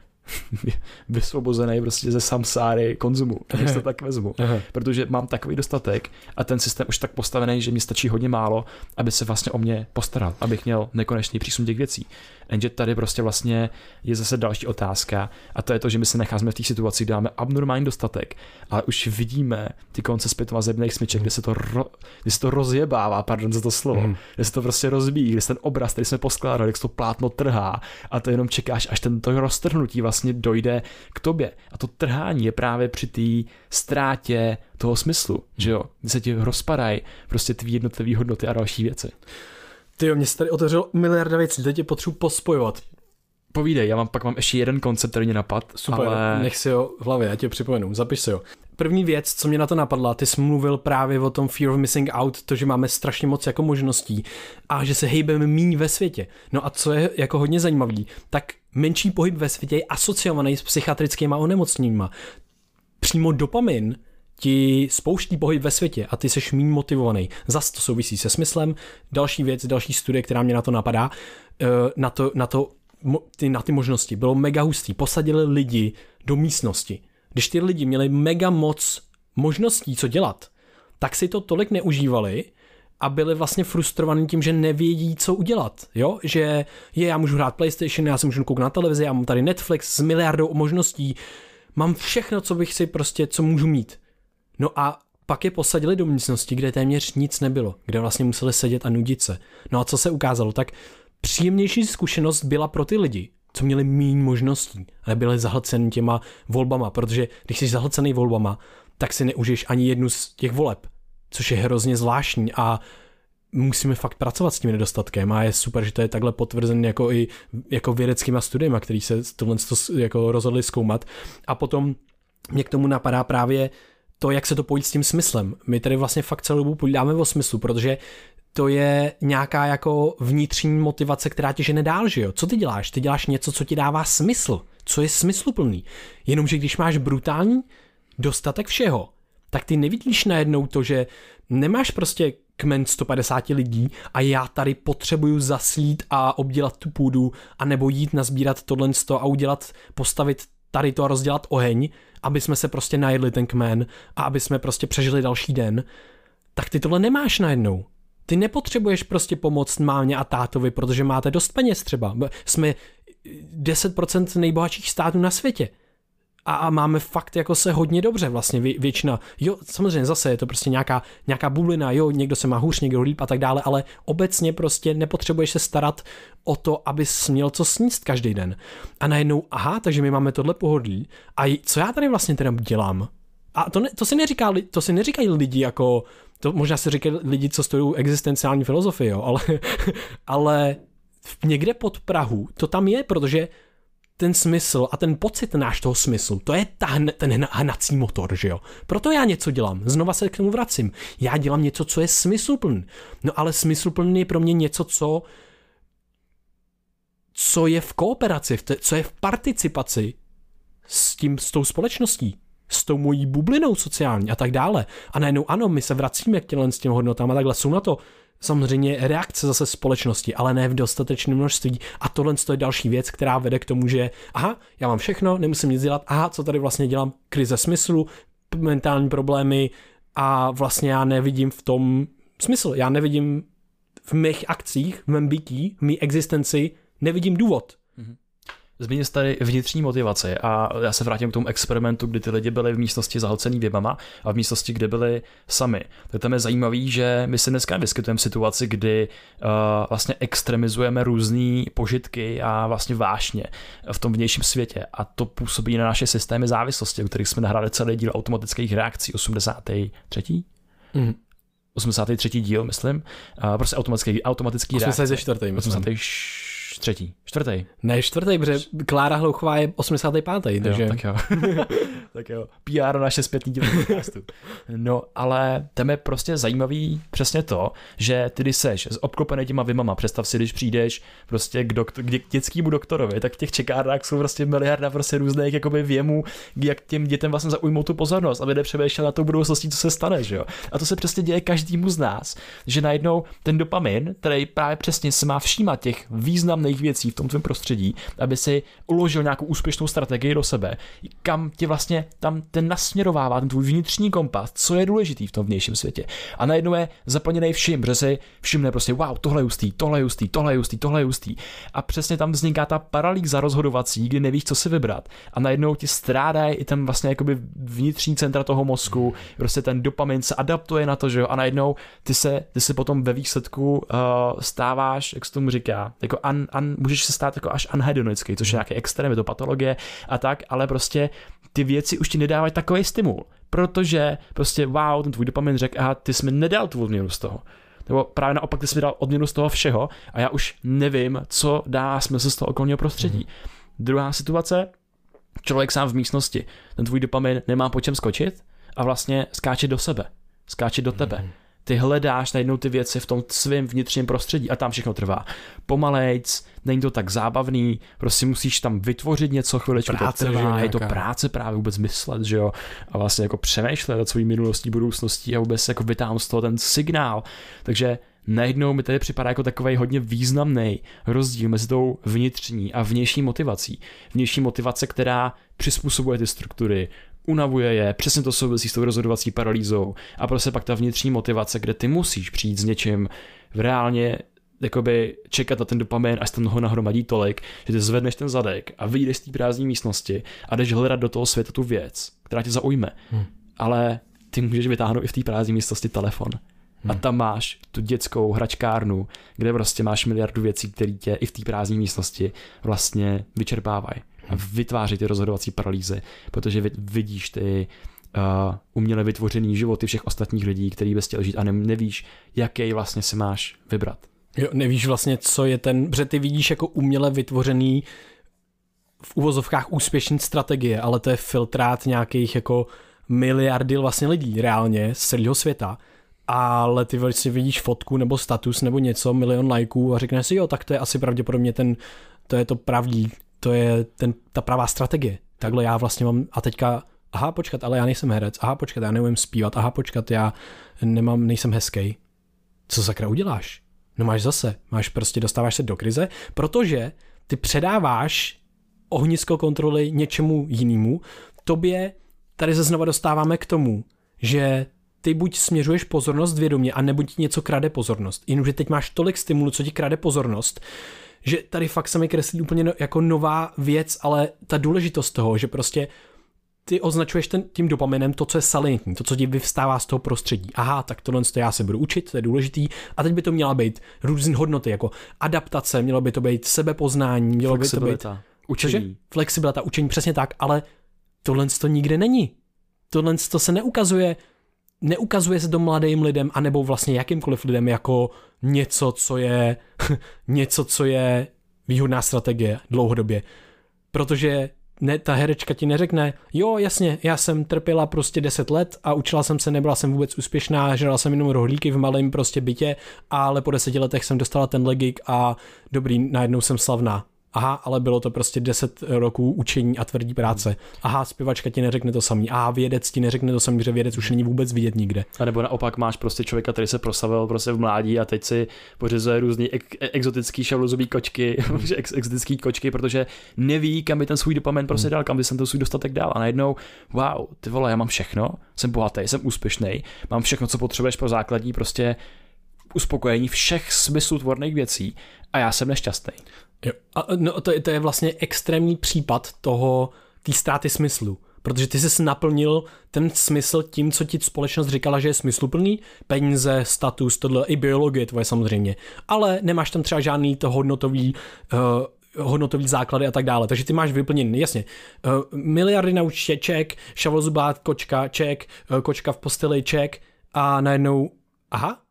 vysvobozený prostě ze samsáry konzumu, když to tak vezmu, protože mám takový dostatek a ten systém už tak postavený, že mi stačí hodně málo, aby se vlastně o mě postaral, abych měl nekonečný přísun těch věcí. Jenže tady prostě vlastně je zase další otázka a to je to, že my se nacházíme v té situaci, kde máme abnormální dostatek, ale už vidíme ty konce zpětovazebných smyček, kde se to rozjebává, pardon za to slovo, kde se to prostě rozbíjí, kde se ten obraz, který jsme poskládali, jak se to plátno trhá a to jenom čekáš, až to roztrhnutí vlastně dojde k tobě. A to trhání je právě při té ztrátě toho smyslu, že jo, kdy se ti rozpadají prostě tvý jednotlivý hodnoty a další věci. Tyjo, mě se tady otevřelo miliarda věcí, teď tě potřebuji pospojovat. Povídej, já pak mám ještě jeden koncept, který mě napad. Super, ale... nech si ho v hlavě, já tě připomenu, zapiš si ho. První věc, co mě na to napadla, ty jsi mluvil právě o tom fear of missing out, to, že máme strašně moc jako možností a že se hejbeme míň ve světě. No a co je jako hodně zajímavý, tak menší pohyb ve světě je asociovaný s psychiatrickýma onemocněníma. Přímo dopamin ti spouští pohyb ve světě a ty seš míň motivovaný. Zas to souvisí se smyslem. Další věc, další studie, která mě na to napadá, na ty možnosti. Bylo mega hustý. Posadili lidi do místnosti. Když ty lidi měli mega moc možností, co dělat, tak si to tolik neužívali a byli vlastně frustrovaní tím, že nevědí, co udělat. Jo? Že já můžu hrát PlayStation, já se můžu kouknout na televizi, já mám tady Netflix s miliardou možností, mám všechno, co můžu mít. No a pak je posadili do místnosti, kde téměř nic nebylo, kde vlastně museli sedět a nudit se. No a co se ukázalo, tak příjemnější zkušenost byla pro ty lidi, co měli méně možností, ale byli zahlceni těma volbama, protože když jsi zahlcený volbama, tak si neužiješ ani jednu z těch voleb, což je hrozně zvláštní a musíme fakt pracovat s tím nedostatkem a je super, že to je takhle potvrzené jako vědeckýma studiema, který se tohle jako rozhodli zkoumat. A potom mě k tomu napadá právě to, jak se to pojí s tím smyslem. My tady vlastně fakt celou dobu povídáme o smyslu, protože to je nějaká jako vnitřní motivace, která tě žene dál, že jo? Co ty děláš? Ty děláš něco, co ti dává smysl, co je smysluplný. Jenomže když máš brutální dostatek všeho, tak ty nevidíš najednou to, že nemáš prostě kmen 150 lidí a já tady potřebuju zasít a obdělat tu půdu a nebo jít nazbírat tohle a postavit tady to a rozdělat oheň, aby jsme se prostě najedli ten kmen a aby jsme prostě přežili další den, tak ty tohle nemáš najednou. Ty nepotřebuješ prostě pomoct mámě a tátovi, protože máte dost peněz třeba. Jsme 10% nejbohatších států na světě. A máme fakt jako se hodně dobře vlastně většina. Jo, samozřejmě zase je to prostě nějaká bublina, jo, někdo se má hůř, někdo líp a tak dále, ale obecně prostě nepotřebuješ se starat o to, abys měl co sníst každý den. A najednou, takže my máme tohle pohodlí a co já tady vlastně teda dělám? A to si neříkají lidi jako, to možná si říkají lidi, co studují existenciální filozofii, jo, ale někde pod Prahu to tam je, protože ten smysl a ten pocit náš toho smyslu, to je ten hnací motor, že jo. Proto já něco dělám, znova se k tomu vracím. Já dělám něco, co je smysluplný. No ale smysluplný je pro mě něco, co je v kooperaci, co je v participaci s tou společností, s tou mojí bublinou sociální a tak dále. A najednou ano, my se vracíme k těm hodnotám a takhle. Jsou na to samozřejmě reakce zase společnosti, ale ne v dostatečném množství. A tohle je další věc, která vede k tomu, že aha, já mám všechno, nemusím nic dělat, aha, co tady vlastně dělám, krize smyslu, mentální problémy a vlastně já nevidím v tom smysl. Já nevidím v mých akcích, v mém bytí, v mý existenci, nevidím důvod. Zmínil jsi tady vnitřní motivaci a já se vrátím k tomu experimentu, kdy ty lidi byli v místnosti zahlcený věmama a v místnosti, kde byli sami. Tak tam je zajímavý, že my se dneska vyskytujeme v situaci, kdy vlastně extremizujeme různé požitky a vlastně vášně v tom vnějším světě a to působí na naše systémy závislosti, o kterých jsme nahráli celý díl automatických reakcí 83. 83. díl, myslím. Prostě automatický reakce. 84. myslím. 4. Ne, 4. protože Klára Hlouchová je 85. Takže... Jo, tak jo. Tak jo. PR naše zpětný díl podcastu. No, ale tam je prostě zajímavý přesně to, že ty, když seš obklopený těma věmama, představ si, když přijdeš prostě k dětskému doktorovi, tak v těch čekárnách jsou prostě miliarda prostě různých jakoby věmů, jak těm dětem vlastně zaujmou tu pozornost, aby nepřemýšlel na tou budoucností, co se stane, že jo. A to se přesně děje každému z nás, že najednou ten dopamin, který právě přesně se má všímat těch významných věcí v tom tvém prostředí, aby si uložil nějakou úspěšnou strategii do sebe, kam tě vlastně tam ten nasměrovává, ten tvůj vnitřní kompas, co je důležitý v tom vnějším světě. A najednou je zaplněný vším, že si všimne prostě wow, tohle je hustý, tohle je hustý, tohle je hustý, tohle je hustý. A přesně tam vzniká ta paralýza rozhodovací, kdy nevíš, co si vybrat. A najednou ti strádají i ten vlastně jakoby vnitřní centra toho mozku, prostě ten dopamin se adaptuje na to, že jo, a najednou ty se potom ve výsledku stáváš, jak se tomu říká, jako můžeš se stát jako až anhedonický, což je nějaký extrém, je to patologie a tak, ale prostě ty věci už ti nedávají takový stimul, protože prostě wow, ten tvůj dopamin řekl, aha, ty jsi mi nedal tu odměnu z toho. Nebo právě naopak ty jsi mi dal odměnu z toho všeho a já už nevím, co dá smysl z toho okolního prostředí. Druhá situace, člověk sám v místnosti, ten tvůj dopamin nemá po čem skočit a vlastně skáče do sebe, skáče do tebe. Ty hledáš najednou ty věci v tom svém vnitřním prostředí a tam všechno trvá pomalejc, není to tak zábavný, prostě musíš tam vytvořit něco, chviličku práce, to trvá, je to práce právě vůbec myslet, že jo, a vlastně jako přemýšlet nad svou minulostí, budoucností a vůbec jako vytáhnout z toho ten signál, takže najednou mi tady připadá jako takovej hodně významný rozdíl mezi tou vnitřní a vnější motivací. Vnější motivace, která přizpůsobuje ty struktury, unavuje je, přesně to souvisí s tou rozhodovací paralýzou a prostě pak ta vnitřní motivace, kde ty musíš přijít s něčím reálně jakoby čekat na ten dopamin, až tam ho nahromadí tolik, že ty zvedneš ten zadek a vyjdeš z té prázdné místnosti a jdeš hledat do toho světa tu věc, která tě zaujme. Ale ty můžeš vytáhnout i v té prázdné místnosti telefon. A tam máš tu dětskou hračkárnu, kde prostě máš miliardu věcí, které tě i v té prázdné místnosti vlastně vyčerpávají. A vytváří ty rozhodovací paralýzy, protože vidíš ty uměle vytvořený životy všech ostatních lidí, který bez chtěl žít a nevíš, jaký vlastně si máš vybrat. Jo, nevíš vlastně, co je ten, protože ty vidíš jako uměle vytvořený v uvozovkách úspěšný strategie, ale to je filtrát nějakých jako miliardy vlastně lidí reálně z celého světa. Ale ty si vidíš fotku nebo status nebo něco, milion lajků a řekneš si, jo, tak to je asi pravděpodobně to je to pravdí, to je ta pravá strategie. Takhle já vlastně mám a teďka, aha, počkat, ale já nejsem herec, aha, počkat, já neumím zpívat, aha, počkat, já nejsem hezký. Co sakra uděláš? No dostáváš se do krize, protože ty předáváš ohnisko kontroly něčemu jinému. Tobě tady se znova dostáváme k tomu, že ty buď směřuješ pozornost vědomě, anebo ti něco krade pozornost. Jenomže teď máš tolik stimulů, co ti krade pozornost, že tady fakt se mi kreslí úplně jako nová věc, ale ta důležitost toho, že prostě ty označuješ tím dopaminem to, co je salientní, to, co ti vyvstává z toho prostředí. Aha, tak tohle já se budu učit, to je důležitý. A teď by to měla být různé hodnoty, jako adaptace, mělo by to být sebepoznání, mělo by to být učení. Flexibilita, učení, přesně tak, ale tohle to nikde není. Tohle to se neukazuje se to mladým lidem, anebo vlastně jakýmkoliv lidem jako něco, co je výhodná strategie dlouhodobě. Protože ta herečka ti neřekne, jo, jasně, já jsem trpěla prostě 10 let a učila jsem se, nebyla jsem vůbec úspěšná, žrala jsem jenom rohlíky v malém prostě bytě, ale po 10 letech jsem dostala ten legik a dobrý, najednou jsem slavná. Aha, ale bylo to prostě 10 roků učení a tvrdý práce. Aha, zpěvačka ti neřekne to samý. Aha, vědec ti neřekne to samý, že vědec už není vůbec vidět nikde. A nebo naopak máš prostě člověka, který se proslavil prostě v mládí a teď si pořizuje různý exotický šavlozový kočky, exotický kočky, protože neví, kam by ten svůj dopamin prostě dal, kam by jsem ten svůj dostatek dal. A najednou, wow, ty vole, já mám všechno, jsem bohatý, jsem úspěšný, mám všechno, co potřebuješ pro základní prostě uspokojení všech smyslutvorných věcí a já jsem nešťastný. Jo. A no, to je vlastně extrémní případ té ztráty smyslu. Protože ty jsi naplnil ten smysl tím, co ti společnost říkala, že je smysluplný, peníze, status, tohle, i biologie tvoje samozřejmě. Ale nemáš tam třeba žádný to hodnotový základy a tak dále. Takže ty máš vyplněný, jasně, miliardy na účtě, ček, šavlozubá kočka, ček, kočka v posteli, ček a najednou, aha,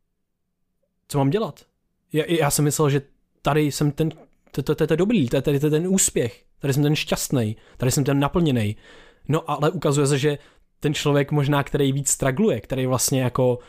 co mám dělat? Já jsem myslel, že tady jsem to je dobrý, tady je ten úspěch, tady jsem ten šťastný, tady jsem ten naplněný. No ale ukazuje se, že ten člověk možná, který víc struggluje, který vlastně jako,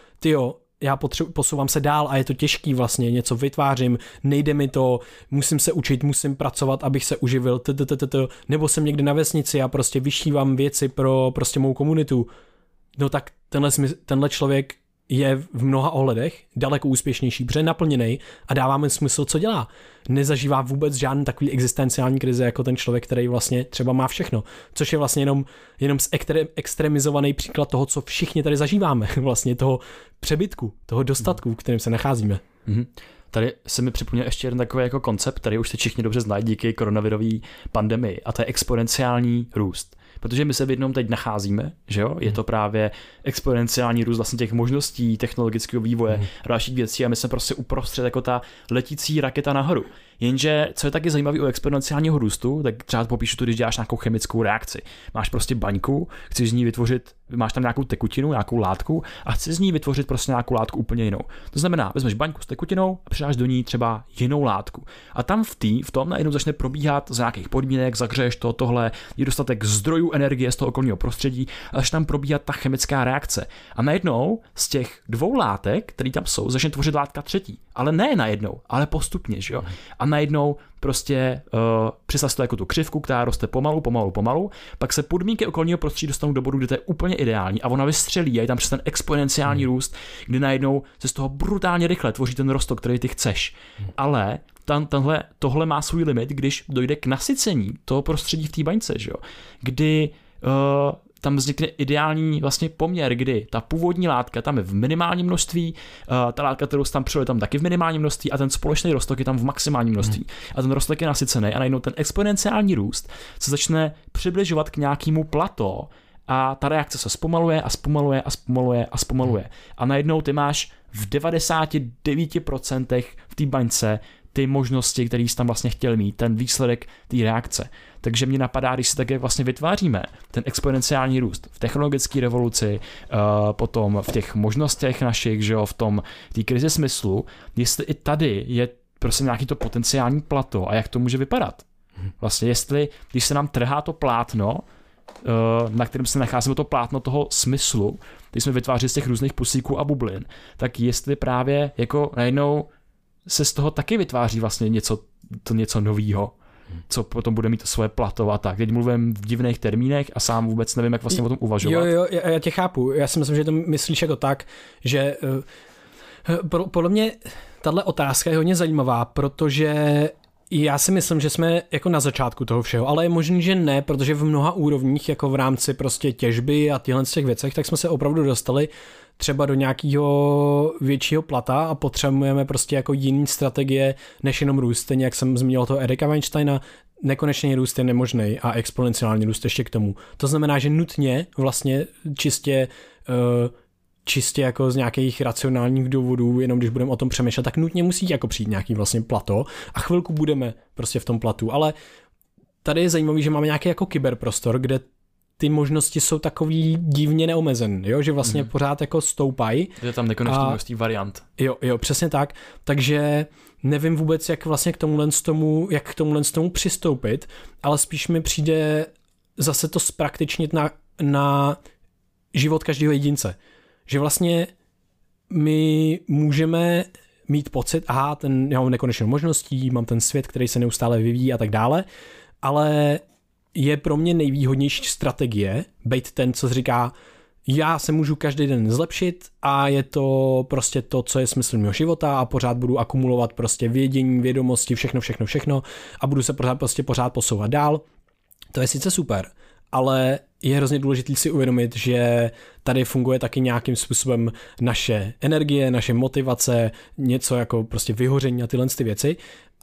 já posouvám se dál a je to těžký vlastně, něco vytvářím, nejde mi to, musím se učit, musím pracovat, abych se uživil, nebo jsem někde na vesnici a prostě vyšívám věci pro prostě mou komunitu. No tak tenhle člověk je v mnoha ohledech daleko úspěšnější, protože je naplněný a dává mi smysl, co dělá. Nezažívá vůbec žádný takový existenciální krize jako ten člověk, který vlastně třeba má všechno, což je vlastně jenom extremizovaný příklad toho, co všichni tady zažíváme, vlastně toho přebytku, toho dostatku, v kterém se nacházíme. Mm-hmm. Tady se mi připomněl ještě jeden takový jako koncept, který už se všichni dobře znají díky koronavirové pandemii, a to je exponenciální růst. Protože my se v jednom teď nacházíme, že jo? Je to právě exponenciální růst vlastně těch možností technologického vývoje a dalších věcí a my jsme prostě uprostřed jako ta letící raketa nahoru. Jenže, co je taky zajímavé u exponenciálního růstu, tak třeba popíšu to, když děláš nějakou chemickou reakci. Máš prostě baňku, chceš z ní vytvořit, máš tam nějakou tekutinu, nějakou látku a chceš z ní vytvořit prostě nějakou látku úplně jinou. To znamená, vezmeš baňku s tekutinou a přidáš do ní třeba jinou látku. A tam v tom najednou začne probíhat za nějakých podmínek, zahřeješ tohle, je dostatek zdrojů energie z toho okolního prostředí a začne tam probíhat ta chemická reakce. A najednou z těch dvou látek, které tam jsou, začne tvořit látka třetí. Ale ne najednou, ale postupně, že jo? A najednou prostě představ si to jako tu křivku, která roste pomalu, pak se podmínky okolního prostředí dostanou do bodu, kde to je úplně ideální a ona vystřelí a je tam přes ten exponenciální růst, kdy najednou se z toho brutálně rychle tvoří ten rostok, který ty chceš. Ale tohle má svůj limit, když dojde k nasycení toho prostředí v té baňce, že jo? Kdy tam vznikne ideální vlastně poměr, kdy ta původní látka tam je v minimálním množství, ta látka, kterou tam přijde, tam taky v minimálním množství a ten společný rostok je tam v maximálním množství. A ten rostok je nasycený a najednou ten exponenciální růst se začne přibližovat k nějakému plato a ta reakce se zpomaluje. A najednou ty máš v 99% v té baňce ty možnosti, které jsi tam vlastně chtěl mít, ten výsledek té reakce. Takže mě napadá, když si také vlastně vytváříme ten exponenciální růst v technologické revoluci, potom v těch možnostech našich, že jo, v tom té krizi smyslu, jestli i tady je prostě nějaký to potenciální plato a jak to může vypadat. Vlastně jestli, když se nám trhá to plátno, na kterém se nacházíme to plátno toho smyslu, když jsme vytvářeli z těch různých pusíků a bublin, tak jestli právě jako najednou se z toho taky vytváří vlastně něco novýho, co potom bude mít svoje plato a tak. Teď mluvím v divných termínech a sám vůbec nevím, jak vlastně o tom uvažovat. Jo, já tě chápu. Já si myslím, že to myslíš jako tak, že podle mě tahle otázka je hodně zajímavá, protože já si myslím, že jsme jako na začátku toho všeho, ale je možný, že ne, protože v mnoha úrovních, jako v rámci prostě těžby a těchto těch věcech, tak jsme se opravdu dostali třeba do nějakého většího plata a potřebujeme prostě jako jiný strategie než jenom růst. Stejně jak jsem zmínil toho Erika Weinsteina, nekonečný růst je nemožný a exponenciální růst ještě k tomu. To znamená, že nutně vlastně čistě jako z nějakých racionálních důvodů, jenom když budeme o tom přemýšlet, tak nutně musí jako přijít nějaký vlastně plato a chvilku budeme prostě v tom platu, ale tady je zajímavý, že máme nějaký jako kyberprostor, kde ty možnosti jsou takový divně neomezený, jo? Že vlastně pořád jako stoupají. Je tam nekonečný množství variant. Jo, přesně tak. Takže nevím vůbec, jak vlastně k tomuhle tomu přistoupit, ale spíš mi přijde zase to zpraktičnit na život každého jedince. Že vlastně my mít pocit, aha, já mám nekonečnou možností, mám ten svět, který se neustále vyvíjí a tak dále, ale je pro mě nejvýhodnější strategie být ten, co říká, já se můžu každý den zlepšit a je to prostě to, co je smysl mého života a pořád budu akumulovat prostě vědění, vědomosti, všechno a budu se pořád posouvat dál. To je sice super, ale je hrozně důležité si uvědomit, že tady funguje taky nějakým způsobem naše energie, naše motivace, něco jako prostě vyhoření a tyhle ty věci.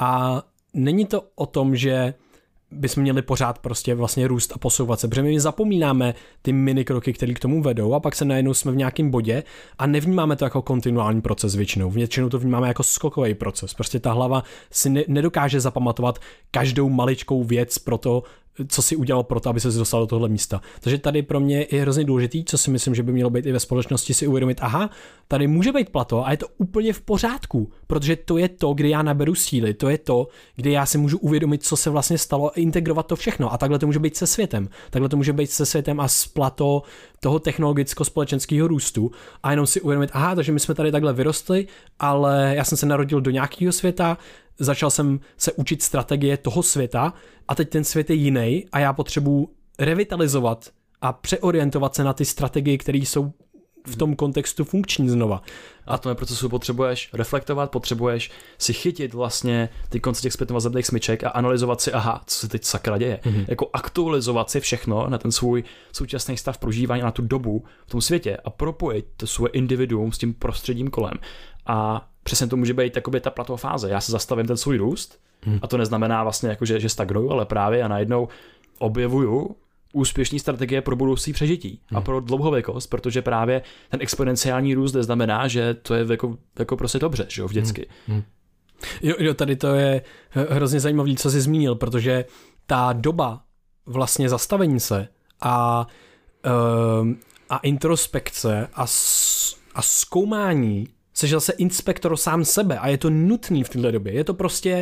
A není to o tom, že bychom měli pořád prostě vlastně růst a posouvat se, protože my zapomínáme ty minikroky, které k tomu vedou a pak se najednou jsme v nějakém bodě a nevnímáme to jako kontinuální proces většinou to vnímáme jako skokový proces. Prostě ta hlava si nedokáže zapamatovat každou maličkou věc pro to, co si udělal pro to, aby se dostal do tohle místa. Takže tady pro mě je hrozně důležitý, co si myslím, že by mělo být i ve společnosti, si uvědomit, aha, tady může být plato a je to úplně v pořádku, protože to je to, kde já naberu síly, to je to, kde já si můžu uvědomit, co se vlastně stalo a integrovat to všechno. A takhle to může být se světem. Takhle to může být se světem a s plato toho technologicko-společenského růstu a jenom si uvědomit, aha, takže my jsme tady takhle vyrostli, ale já jsem se narodil do nějakého světa, začal jsem se učit strategie toho světa a teď ten svět je jiný a já potřebuji revitalizovat a přeorientovat se na ty strategie, které jsou v tom kontextu funkční znova. A v tom procesu potřebuješ reflektovat, potřebuješ si chytit vlastně ty konce těch zpětnovazebných smyček a analyzovat si, aha, co se teď sakra děje. Jako aktualizovat si všechno na ten svůj současný stav prožívání, na tu dobu v tom světě a propojit to svoje individuum s tím prostředím kolem. A přesně to může být jakoby ta platová fáze. Já se zastavím ten svůj růst a to neznamená vlastně jako, že stagnuju, ale právě a najednou objevuju úspěšné strategie pro budoucí přežití a pro dlouhověkost, protože právě ten exponenciální růst znamená, že to je jako prostě dobře, že jo, vždycky. Jo, tady to je hrozně zajímavý, co jsi zmínil, protože ta doba vlastně zastavení se a introspekce a zkoumání, jsi zase inspektor sám sebe a je to nutný v této době. Je to prostě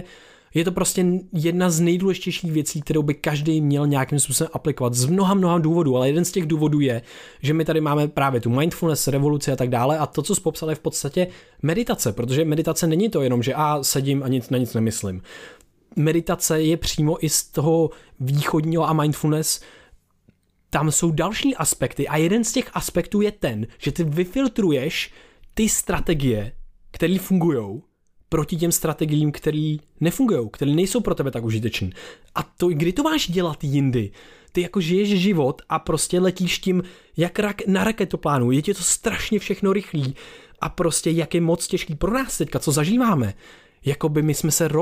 jedna z nejdůležitějších věcí, kterou by každý měl nějakým způsobem aplikovat z mnoha důvodů, ale jeden z těch důvodů je, že my tady máme právě tu mindfulness, revoluci a tak dále a to, co jsi popsal, je v podstatě meditace, protože meditace není to jenom, že sedím a na nic nemyslím. Meditace je přímo i z toho východního a mindfulness, tam jsou další aspekty a jeden z těch aspektů je ten, že ty vyfiltruješ ty strategie, které fungujou, proti těm strategiím, které nefungují, které nejsou pro tebe tak užitečné. A to, kdy to máš dělat jindy? Ty jako žiješ život a prostě letíš tím jak na raketoplánu, je ti to strašně všechno rychlý a prostě jak je moc těžký pro nás teďka, co zažíváme. Jakoby my jsme se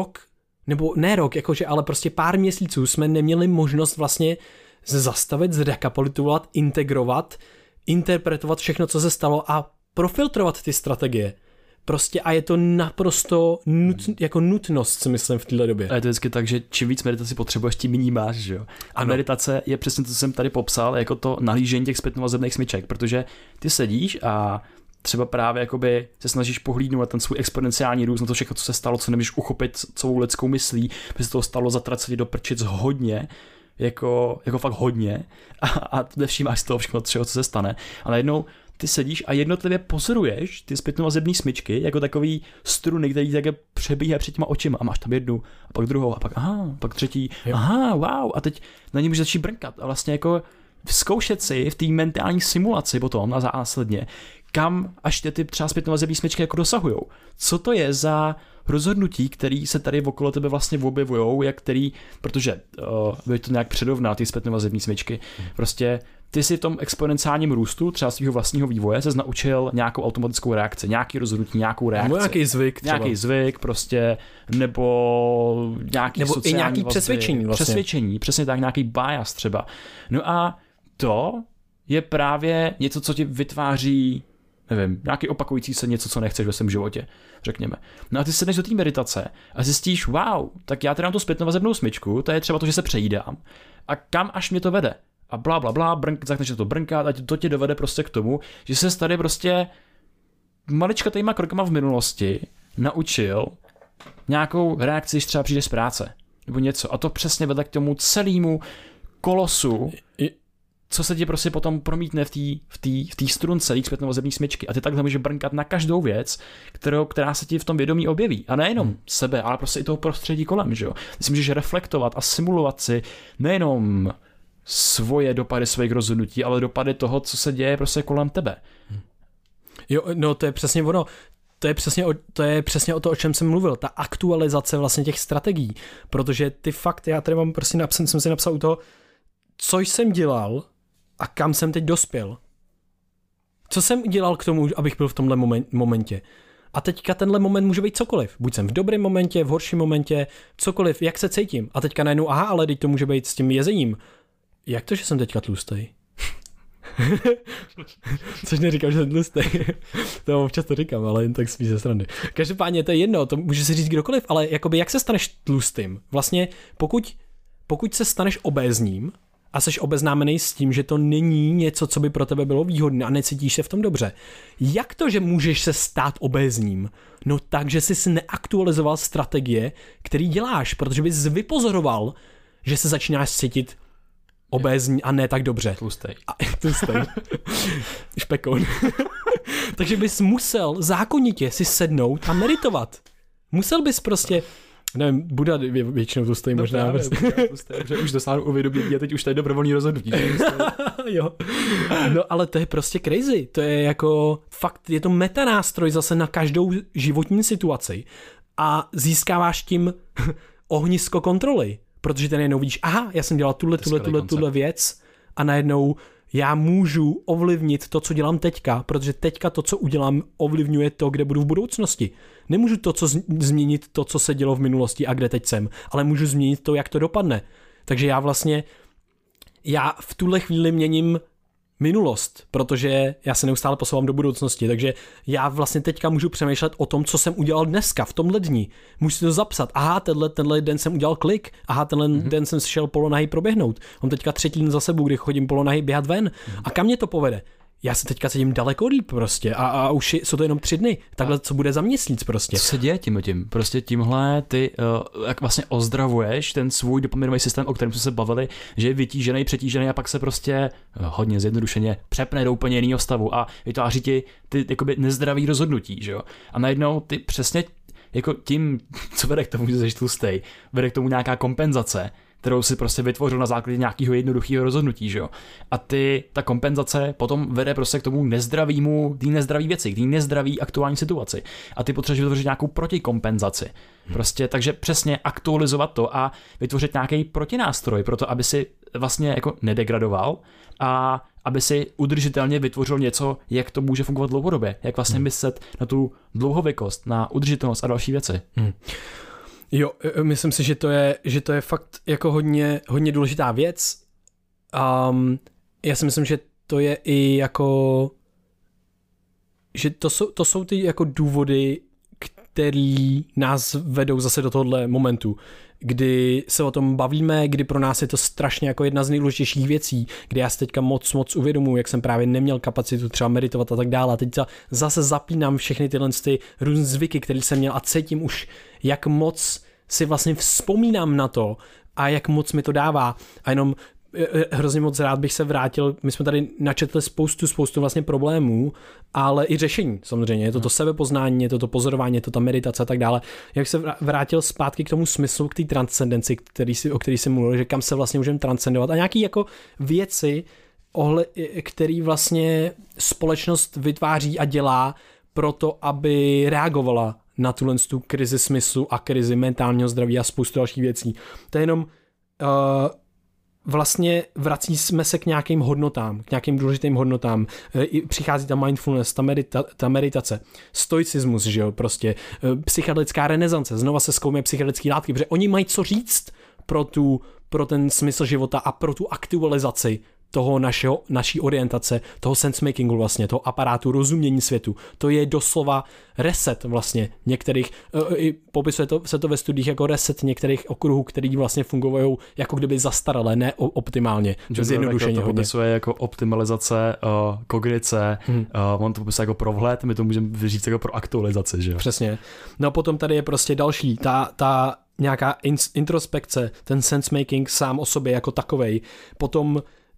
ale prostě pár měsíců jsme neměli možnost vlastně zastavit, zrekapitulovat, integrovat, interpretovat všechno, co se stalo a profiltrovat ty strategie. Prostě a je to naprosto jako nutnost, si myslím, v této době. A je to vždycky tak, že čím víc meditaci potřebuješ, tím méně máš, že jo. A meditace je přesně to, co jsem tady popsal, jako to nahlížení těch zpětnovazebných smyček, protože ty sedíš a třeba právě jakoby se snažíš pohlídnout na ten svůj exponenciální růst, na to všechno, co se stalo, co nemůžeš uchopit celou lidskou myslí, by se toho stalo zatraceně do prčic hodně, jako fakt hodně a nevšímáš z toho všechno, co se stane. A najednou ty sedíš a jednotlivě pozoruješ ty zpětnovazební smyčky jako takový struny, který také přebíhá před těma očima a máš tam jednu a pak druhou a pak pak třetí, wow a teď na něj můžeš začít brnkat a vlastně jako zkoušet si v té mentální simulaci potom a následně, kam až ty třeba zpětnovazební smyčky jako dosahujou. Co to je za rozhodnutí, který se tady okolo tebe vlastně objevujou, protože by to nějak předovná ty zpětnovazební smyčky. Prostě ty si v tom exponenciálním růstu třeba svého vlastního vývoje se naučil nějakou automatickou reakci, nějaký rozhodnutí, nějakou reakci. Nebo nějaký zvyk třeba. Nějaký zvyk prostě, nebo nějaký nebo sociální i nějaký vazby, přesvědčení vlastně. Přesvědčení, přesně tak, nějaký bias třeba. No a to je právě něco, co ti vytváří, nevím, nějaký opakující se něco, co nechceš ve svém životě, řekněme. No a ty sedneš do té meditace a zjistíš, wow, tak já teda mám tu zpětnovazebnou smyčku, to je třeba to, že se přejídám. A kam až mě to vede? A blá, začneš to brnkat a to tě dovede prostě k tomu, že se tady prostě maličkatýma krokama v minulosti naučil nějakou reakci, když třeba přijdeš z práce nebo něco. A to přesně vede k tomu celému kolosu co se ti prostě potom promítne v té strunce lík zpětnovazební smyčky a ty takhle můžeš brnkat na každou věc, která se ti v tom vědomí objeví. A nejenom sebe, ale prostě i toho prostředí kolem, že jo. Ty si můžeš reflektovat a simulovat si nejenom svoje dopady svých rozhodnutí, ale dopady toho, co se děje prostě kolem tebe. Jo, no to je přesně ono. To je přesně o to, o čem jsem mluvil. Ta aktualizace vlastně těch strategií. Protože ty fakt, já tady mám prostě jsem si napsal u toho, co jsem dělal a kam jsem teď dospěl. Co jsem dělal k tomu, abych byl v tomhle momentě. A teďka tenhle moment může být cokoliv. Buď jsem v dobrém momentě, v horším momentě, cokoliv, jak se cítím. A teďka najednou, aha, ale teď to může být s tím jezením. Jak to, že jsem teďka tlustej? Což neříkám, že jsem tlustej. To občas to říkám, ale jen tak spíš ze strany. Každopádně to je jedno, to může si říct kdokoliv, ale jakoby jak se staneš tlustým? Vlastně pokud se staneš obézním a jsi obeznámený s tím, že to není něco, co by pro tebe bylo výhodné a necítíš se v tom dobře. Jak to, že můžeš se stát obézním? No tak, že jsi neaktualizoval strategie, který děláš, protože bys vypozoroval, že se začínáš cítit obézní a ne tak dobře. Tlustej. Špekoun. Takže bys musel zákonitě si sednout a meditovat. Musel bys prostě, nevím, Buda většinou tlustej možná. Protože už dosáhnu uvědomění a teď už tady dobrovolný rozhodnutí. Jo. No ale to je prostě crazy. To je jako fakt, je to metanástroj zase na každou životní situaci a získáváš tím ohnisko kontroly. Protože ten najednou vidíš, aha, já jsem dělal tuhle věc a najednou já můžu ovlivnit to, co dělám teďka, protože teďka to, co udělám, ovlivňuje to, kde budu v budoucnosti. Nemůžu změnit to, co se dělo v minulosti a kde teď jsem, ale můžu změnit to, jak to dopadne. Takže já v tuhle chvíli měním minulost, protože já se neustále posouvám do budoucnosti, takže já vlastně teďka můžu přemýšlet o tom, co jsem udělal dneska, v tomhle dni. Můžu si to zapsat. Aha, tenhle den jsem udělal klik. Aha, tenhle den jsem šel polonahy proběhnout. Mám teďka 3 týdny za sebou, kdy chodím polonahy běhat ven. A kam mě to povede? Já se teďka cítím daleko líp prostě a už jsou to jenom 3 dny. Takhle, co bude za měsíc prostě. Co se děje tím? Prostě tímhle ty jak vlastně ozdravuješ ten svůj dopaminový systém, o kterém jsme se bavili, že je vytížený, přetížený a pak se prostě hodně zjednodušeně přepne do úplně jiného stavu a vytváří ti ty jakoby nezdravý rozhodnutí, že jo? A najednou ty přesně jako tím, co vede k tomu, že jsi tlustej, vede k tomu nějaká kompenzace, kterou si prostě vytvořil na základě nějakého jednoduchého rozhodnutí, že jo. A ta kompenzace potom vede prostě k tomu nezdravý věci, k té nezdravý aktuální situaci. A ty potřebuješ vytvořit nějakou protikompenzaci. Prostě takže přesně aktualizovat to a vytvořit nějaký protinástroj pro to, aby si vlastně jako nedegradoval a aby si udržitelně vytvořil něco, jak to může fungovat dlouhodobě, jak vlastně myslet na tu dlouhověkost, na udržitelnost a další věci. Jo, myslím si, že to je fakt jako hodně důležitá věc. Já si myslím, že to je i jako, že to jsou ty jako důvody, který nás vedou zase do tohohle momentu, kdy se o tom bavíme, kdy pro nás je to strašně jako jedna z nejdůležitějších věcí, kdy já si teďka moc uvědomuji, jak jsem právě neměl kapacitu třeba meditovat a tak dále. A teď zase zapínám všechny tyhle různé zvyky, které jsem měl a cítím už, jak moc si vlastně vzpomínám na to a jak moc mi to dává. A jenom hrozně moc rád bych se vrátil, my jsme tady načetli spoustu vlastně problémů, ale i řešení samozřejmě, je to sebepoznání, je to pozorování, je to ta meditace a tak dále. Jak se vrátil zpátky k tomu smyslu, k té transcendenci, o který jsem mluvil, že kam se vlastně můžeme transcendovat a nějaký jako věci, který vlastně společnost vytváří a dělá proto, aby reagovala na tu krizi smyslu a krizi mentálního zdraví a spoustu dalších věcí. To je jenom vlastně vracíme se k nějakým hodnotám, k nějakým důležitým hodnotám. Přichází ta mindfulness, ta meditace, stoicismus, že jo, prostě psychedelická renesance, znova se zkoumají psychedelické látky, protože oni mají co říct pro ten smysl života a pro tu aktualizaci toho naší orientace, toho sensemakingu vlastně, toho aparátu rozumění světu. To je doslova reset vlastně některých, popisuje se to ve studiích jako reset některých okruhů, který vlastně fungují jako kdyby zastaralé, ne optimálně. Zjednodušeně to popisuje jako optimalizace, kognice, on to popisuje jako provhled, my to můžeme říct jako pro aktualizaci, že jo? Přesně. No a potom tady je prostě další, ta nějaká introspekce, ten sensemaking sám o sobě jako takovej, potom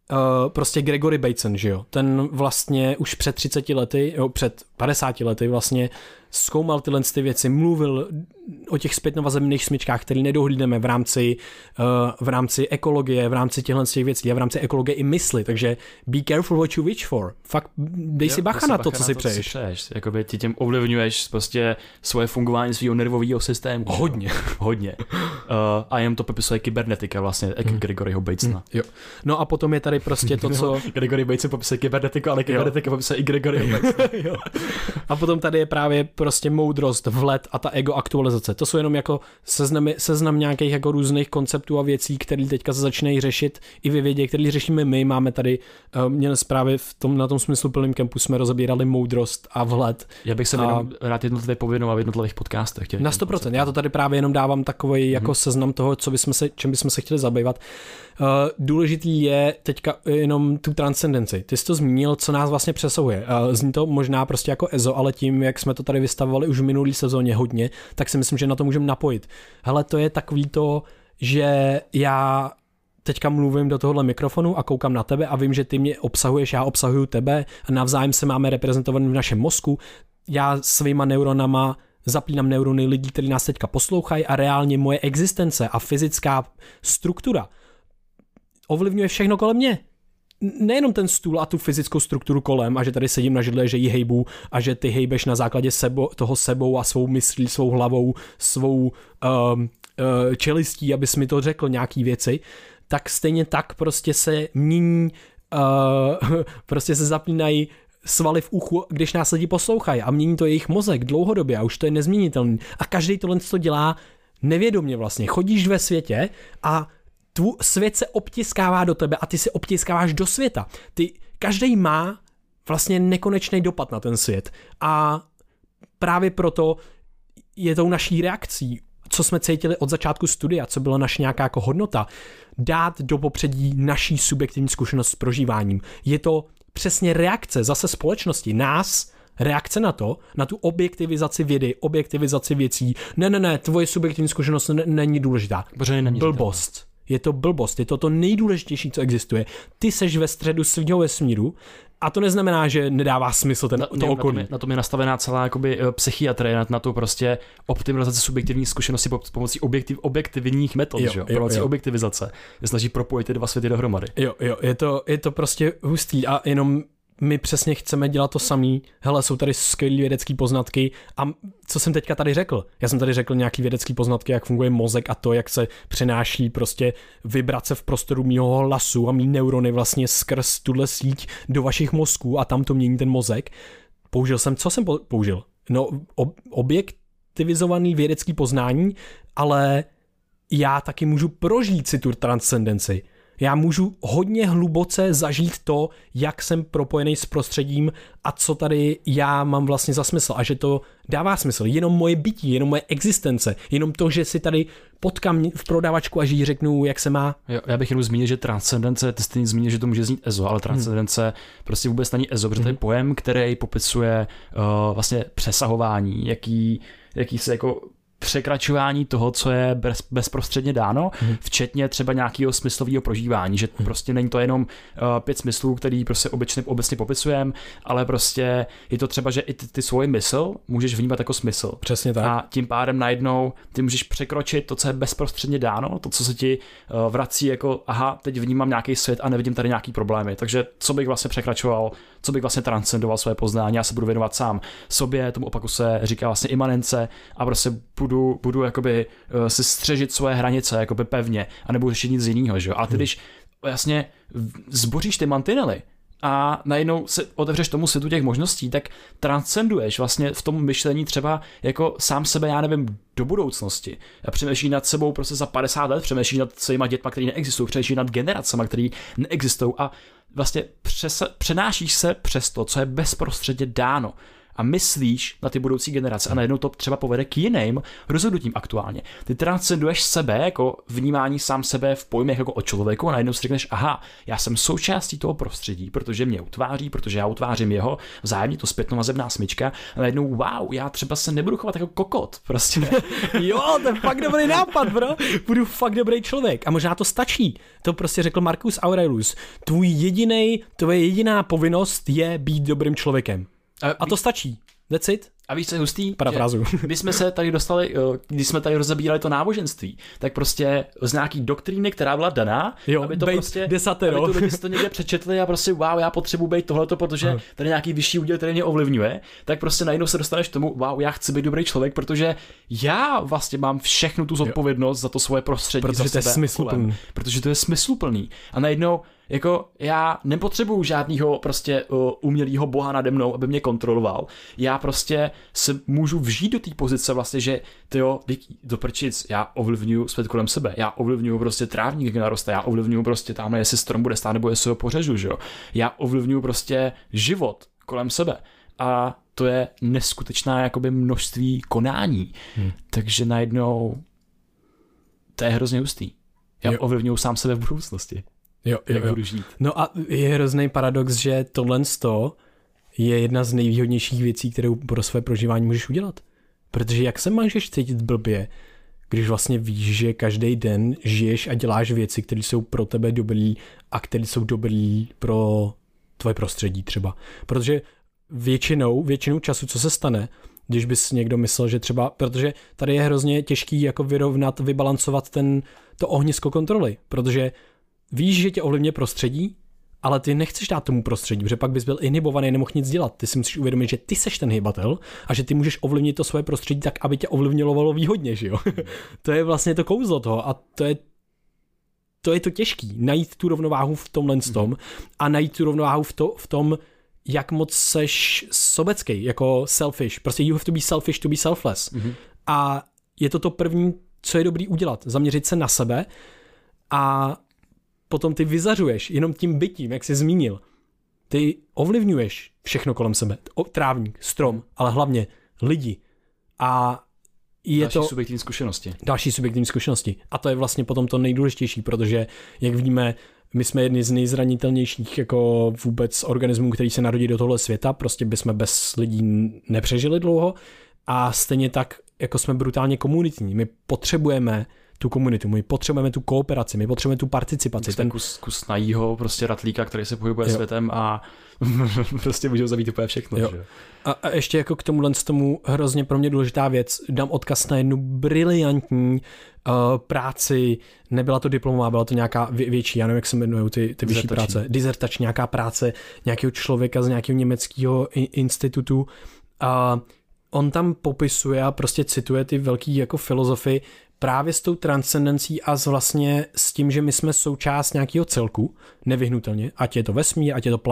prostě Gregory Bateson, že jo, ten vlastně už před 30 lety, před 50 lety vlastně zkoumal tyhle ty věci, mluvil o těch zpětnovazebných smyčkách, které nedohlídneme v rámci ekologie, v rámci těch věcí a v rámci ekologie i mysli, takže be careful what you wish for. Fakt dej si bacha na to, co si přeješ. Jakoby ty tím ovlivňuješ prostě svoje fungování svého nervového systému. Hodně. A jen to popisuje kybernetika vlastně, Gregoryho Batesona. Jo. No a potom je tady prostě to, co... Gregory Bateson popisuje kybernetiku, ale kybernetika popisuje i Gregoryho Batesona. A potom tady je právě prostě moudrost, vhled a ta ego aktualizace. To jsou jenom jako seznam nějakých jako různých konceptů a věcí, které teďka se začínají řešit i ve vědě, které řešíme my. Máme tady, měli právě na tom smysluplném kempu jsme rozebírali moudrost a vhled. Já bych se jenom rád jednotlivě pověnoval v jednotlivých podcastech. Na 100%. Já to tady právě jenom dávám takový jako seznam toho, čím bychom se chtěli zabývat. Důležitý je teďka jenom tu transcendenci. Ty jsi to zmínil, co nás vlastně přesahuje. Zní to možná prostě jako EZO, ale tím, jak jsme to tady vystavovali už v minulý sezóně hodně, tak si myslím, že na to můžeme napojit. Hele, to je takový to, že já teďka mluvím do tohohle mikrofonu a koukám na tebe a vím, že ty mě obsahuješ, já obsahuju tebe a navzájem se máme reprezentovat v našem mozku. Já svýma neuronama zapínám neurony lidí, kteří nás teďka poslouchají a reálně moje existence a fyzická struktura ovlivňuje všechno kolem mě. Nejenom ten stůl a tu fyzickou strukturu kolem a že tady sedím na židle, že jí hejbu a že ty hejbeš na základě toho sebou a svou myslí, svou hlavou, svou čelistí, abys mi to řekl nějaký věci, tak stejně tak prostě se mění, prostě se zapínají svaly v uchu, když nás lidi poslouchají a mění to jejich mozek dlouhodobě a už to je nezměnitelný. A každý tohle to dělá nevědomě vlastně. Chodíš ve světě a svět se obtiskává do tebe a ty si obtiskáváš do světa. Každý má vlastně nekonečný dopad na ten svět a právě proto je tou naší reakcí, co jsme cítili od začátku studia, co byla naše nějaká jako hodnota, dát do popředí naší subjektivní zkušenost s prožíváním. Je to přesně reakce zase společnosti, nás, reakce na to, na tu objektivizaci vědy, objektivizaci věcí. Ne, tvoje subjektivní zkušenost není důležitá. Blbost. Je to blbost, je to nejdůležitější, co existuje. Ty seš ve středu svého vesmíru a to neznamená, že nedává smysl to okolí. Na tom je nastavená celá jakoby, psychiatrie, na to prostě optimalizace subjektivní zkušenosti pomocí objektivních metod, pomocí objektivizace. Je snaží propojit ty dva světy dohromady. Jo, je to prostě hustý a jenom my přesně chceme dělat to samý. Hele, jsou tady skvělý vědecký poznatky a co jsem teďka tady řekl? Já jsem tady řekl nějaký vědecký poznatky, jak funguje mozek a to, jak se přenáší prostě vibrace v prostoru mýho hlasu a mý neurony vlastně skrz tuhle síť do vašich mozků a tam to mění ten mozek. Co jsem použil? No, objektivizovaný vědecký poznání, ale já taky můžu prožít si tu transcendenci. Já můžu hodně hluboce zažít to, jak jsem propojený s prostředím a co tady já mám vlastně za smysl a že to dává smysl. Jenom moje bytí, jenom moje existence, jenom to, že si tady potkám v prodavačku a že jí řeknu, jak se má. Jo, já bych jenom zmínil, že transcendence, ty jsi zmínil, že to může znít EZO, ale transcendence prostě vůbec není EZO, protože to je pojem, který popisuje vlastně přesahování, jaký se jako překračování toho, co je bezprostředně dáno, včetně třeba nějakého smyslového prožívání, že prostě není to jenom 5 smyslů, který prostě obecně popisujeme, ale prostě je to třeba, že i ty svoji mysl můžeš vnímat jako smysl. Přesně tak. A tím pádem najednou ty můžeš překročit to, co je bezprostředně dáno, to, co se ti vrací jako aha, teď vnímám nějaký svět a nevidím tady nějaký problémy. Takže co bych vlastně překračoval, co bych vlastně transcendoval své poznání, já se budu věnovat sám sobě, tomu opaku se říká vlastně imanence a prostě budu jakoby si střežit svoje hranice jakoby pevně a nebudu řešit nic jiného, že jo? A ty když jasně zboříš ty mantinely a najednou se otevřeš tomu světu těch možností, tak transcenduješ vlastně v tom myšlení třeba jako sám sebe, já nevím, do budoucnosti. A přemýšlí nad sebou prostě za 50 let, přemýšlí nad svýma dětma, který neexistují, přemýšlí nad generacemi, který neexistují a vlastně přenášíš se přes to, co je bezprostředně dáno. a myslíš na ty budoucí generace a najednou to třeba povede k jiným rozhodnutím aktuálně. Ty transcenduješ sebe jako vnímání sám sebe v pojmech jako o člověku a najednou si řekneš, aha, já jsem součástí toho prostředí, protože mě utváří, protože já utvářím jeho, vzájemně to zpětnovazebná smyčka a najednou wow, já třeba se nebudu chovat jako kokot, prostě. Jo, to je fakt dobrý nápad, bro. Budu fakt dobrý člověk a možná to stačí. To prostě řekl Marcus Aurelius. Tvoje jediná povinnost je být dobrým člověkem. A to stačí. That's it. A víš, co je hustý? Parafrázu. Když jsme se tady dostali, když jsme tady rozebírali to náboženství, tak prostě z nějaký doktríny, která byla daná, jo, aby to prostě, desatero. aby to lidi to někde přečetli a prostě wow, já potřebuji být tohleto, protože tady nějaký vyšší úděl, který mě ovlivňuje, tak prostě najednou se dostaneš k tomu, wow, já chci být dobrý člověk, protože já vlastně mám všechnu tu zodpovědnost za to svoje prostředí, protože za to je smysluplný. Protože to je smysluplný. A najednou jako já nepotřebuju žádného prostě umělého boha nade mnou, aby mě kontroloval. Já prostě se můžu vžít do té pozice vlastně, že tyjo, do prčic, já ovlivňuju svět kolem sebe. Já ovlivňuju prostě trávník, jak naroste. Já ovlivňuju prostě tamhle, jestli strom bude stát, nebo jestli ho pořežu, že jo. Já ovlivňuju prostě život kolem sebe. A to je neskutečná jakoby množství konání. Takže najednou to je hrozně hustý. Já ovlivňuju sám sebe v budoucnosti. Jo. Budu žít. No a je hrozný paradox, že tohle je jedna z nejvýhodnějších věcí, kterou pro své prožívání můžeš udělat. Protože jak se máš cítit blbě, když vlastně víš, že každý den žiješ a děláš věci, které jsou pro tebe dobrý a které jsou dobrý pro tvoje prostředí třeba. Protože většinou času, co se stane, když bys někdo myslel, že třeba, protože tady je hrozně těžký jako vybalancovat to ohnisko kontroly, protože víš, že tě ovlivňuje prostředí, ale ty nechceš dát tomu prostředí, protože pak bys byl inhibovaný, nemohl nic dělat. Ty si musíš uvědomit, že ty seš ten hybatel a že ty můžeš ovlivnit to svoje prostředí tak, aby tě ovlivňovalo výhodně, že jo? To je vlastně to kouzlo toho a to je to těžký, najít tu rovnováhu v tomhle tom a najít tu rovnováhu v tom, jak moc seš sobecký, jako selfish. Prostě you have to be selfish to be selfless. A je to první, co je dobrý udělat. Zaměřit se na sebe a potom ty vyzařuješ jenom tím bytím, jak jsi zmínil. Ty ovlivňuješ všechno kolem sebe. Trávník, strom, ale hlavně lidi. A další subjektivní zkušenosti. A to je vlastně potom to nejdůležitější, protože, jak víme, my jsme jedni z nejzranitelnějších jako vůbec organismů, který se narodí do tohle světa. Prostě bychom bez lidí nepřežili dlouho. A stejně tak, jako jsme brutálně komunitní. My potřebujeme tu komunitu, my potřebujeme tu kooperaci, my potřebujeme tu participaci. Ten kus najího prostě ratlíka, který se pohybuje světem a prostě můžou zabít úplně všechno. Že? A ještě jako k tomu hrozně pro mě důležitá věc, dám odkaz na jednu briliantní práci, nebyla to diplomová, byla to nějaká větší, já nevím, jak se jmenují ty vyšší práce, dizertační nějaká práce nějakého člověka z nějakého německého institutu. On tam popisuje a prostě cituje ty velký jako filozofy právě s tou transcendencí a vlastně s tím, že my jsme součást nějakého celku, nevyhnutelně, ať je to vesmír, ať je to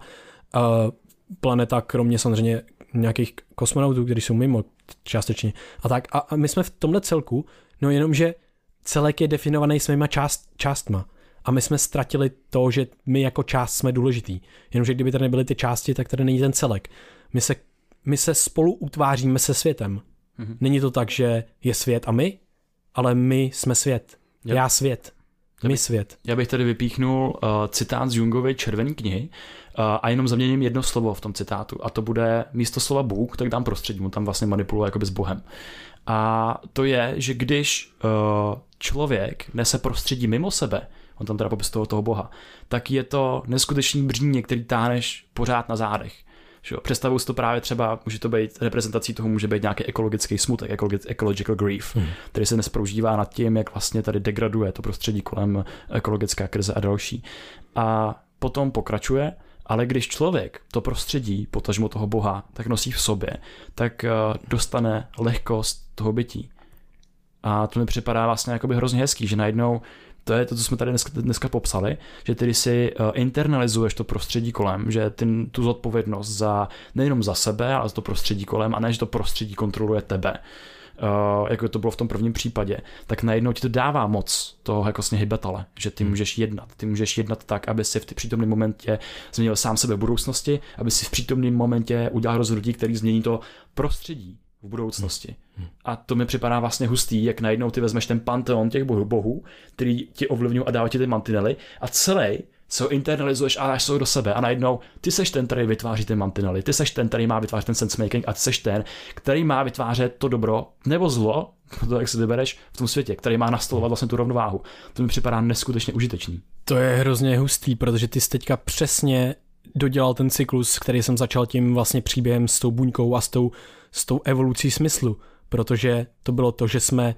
planeta kromě samozřejmě nějakých kosmonautů, kteří jsou mimo částečně a tak. A my jsme v tomhle celku, no jenomže celek je definovaný svýma částma. A my jsme ztratili to, že my jako část jsme důležitý. Jenomže kdyby tady nebyly ty části, tak tady není ten celek. My se spolu utváříme se světem. Není to tak, že je svět a my, ale my jsme svět. Já svět. My svět. Já bych tady vypíchnul citát z Jungovy Červené knihy a jenom zaměním jedno slovo v tom citátu a to bude místo slova Bůh, tak dám prostředí, on tam vlastně manipuluje jakoby s Bohem. A to je, že když člověk nese prostředí mimo sebe, on tam teda popisuje toho Boha, tak je to neskutečný břímě, který táhneš pořád na zádech. Představuji si to právě třeba, může to být reprezentací toho, může být nějaký ekologický smutek, ecological grief, který se dnes proužívá nad tím, jak vlastně tady degraduje to prostředí kolem ekologická krize a další. A potom pokračuje, ale když člověk to prostředí, potažmo toho Boha, tak nosí v sobě, tak dostane lehkost toho bytí. A to mi připadá vlastně jakoby hrozně hezký, že najednou to je to, co jsme tady dneska popsali, že ty si internalizuješ to prostředí kolem, že tu zodpovědnost nejenom za sebe, ale za to prostředí kolem a ne, že to prostředí kontroluje tebe. jako to bylo v tom prvním případě, tak najednou ti to dává moc toho jako vlastně hybatele, že ty můžeš jednat tak, aby si v přítomném momentě změnil sám sebe v budoucnosti, aby si v přítomném momentě udělal rozhodnutí, který změní to prostředí v budoucnosti. A to mi připadá vlastně hustý, jak najednou ty vezmeš ten panteon těch bohů, který ti ovlivňují a dávají ti ty mantinely a celý se ho internalizuješ a dáš se ho do sebe a najednou ty seš ten, který vytváří ty mantinely, ty seš ten, který má vytvářet ten sensemaking a ty seš ten, který má vytvářet to dobro nebo zlo, to jak si vybereš v tom světě, který má nastolovat vlastně tu rovnováhu. To mi připadá neskutečně užitečný. To je hrozně hustý, protože ty jsi teďka přesně dodělal ten cyklus, který jsem začal tím vlastně příběhem s tou buňkou a s tou evolucí smyslu, protože to bylo to, že jsme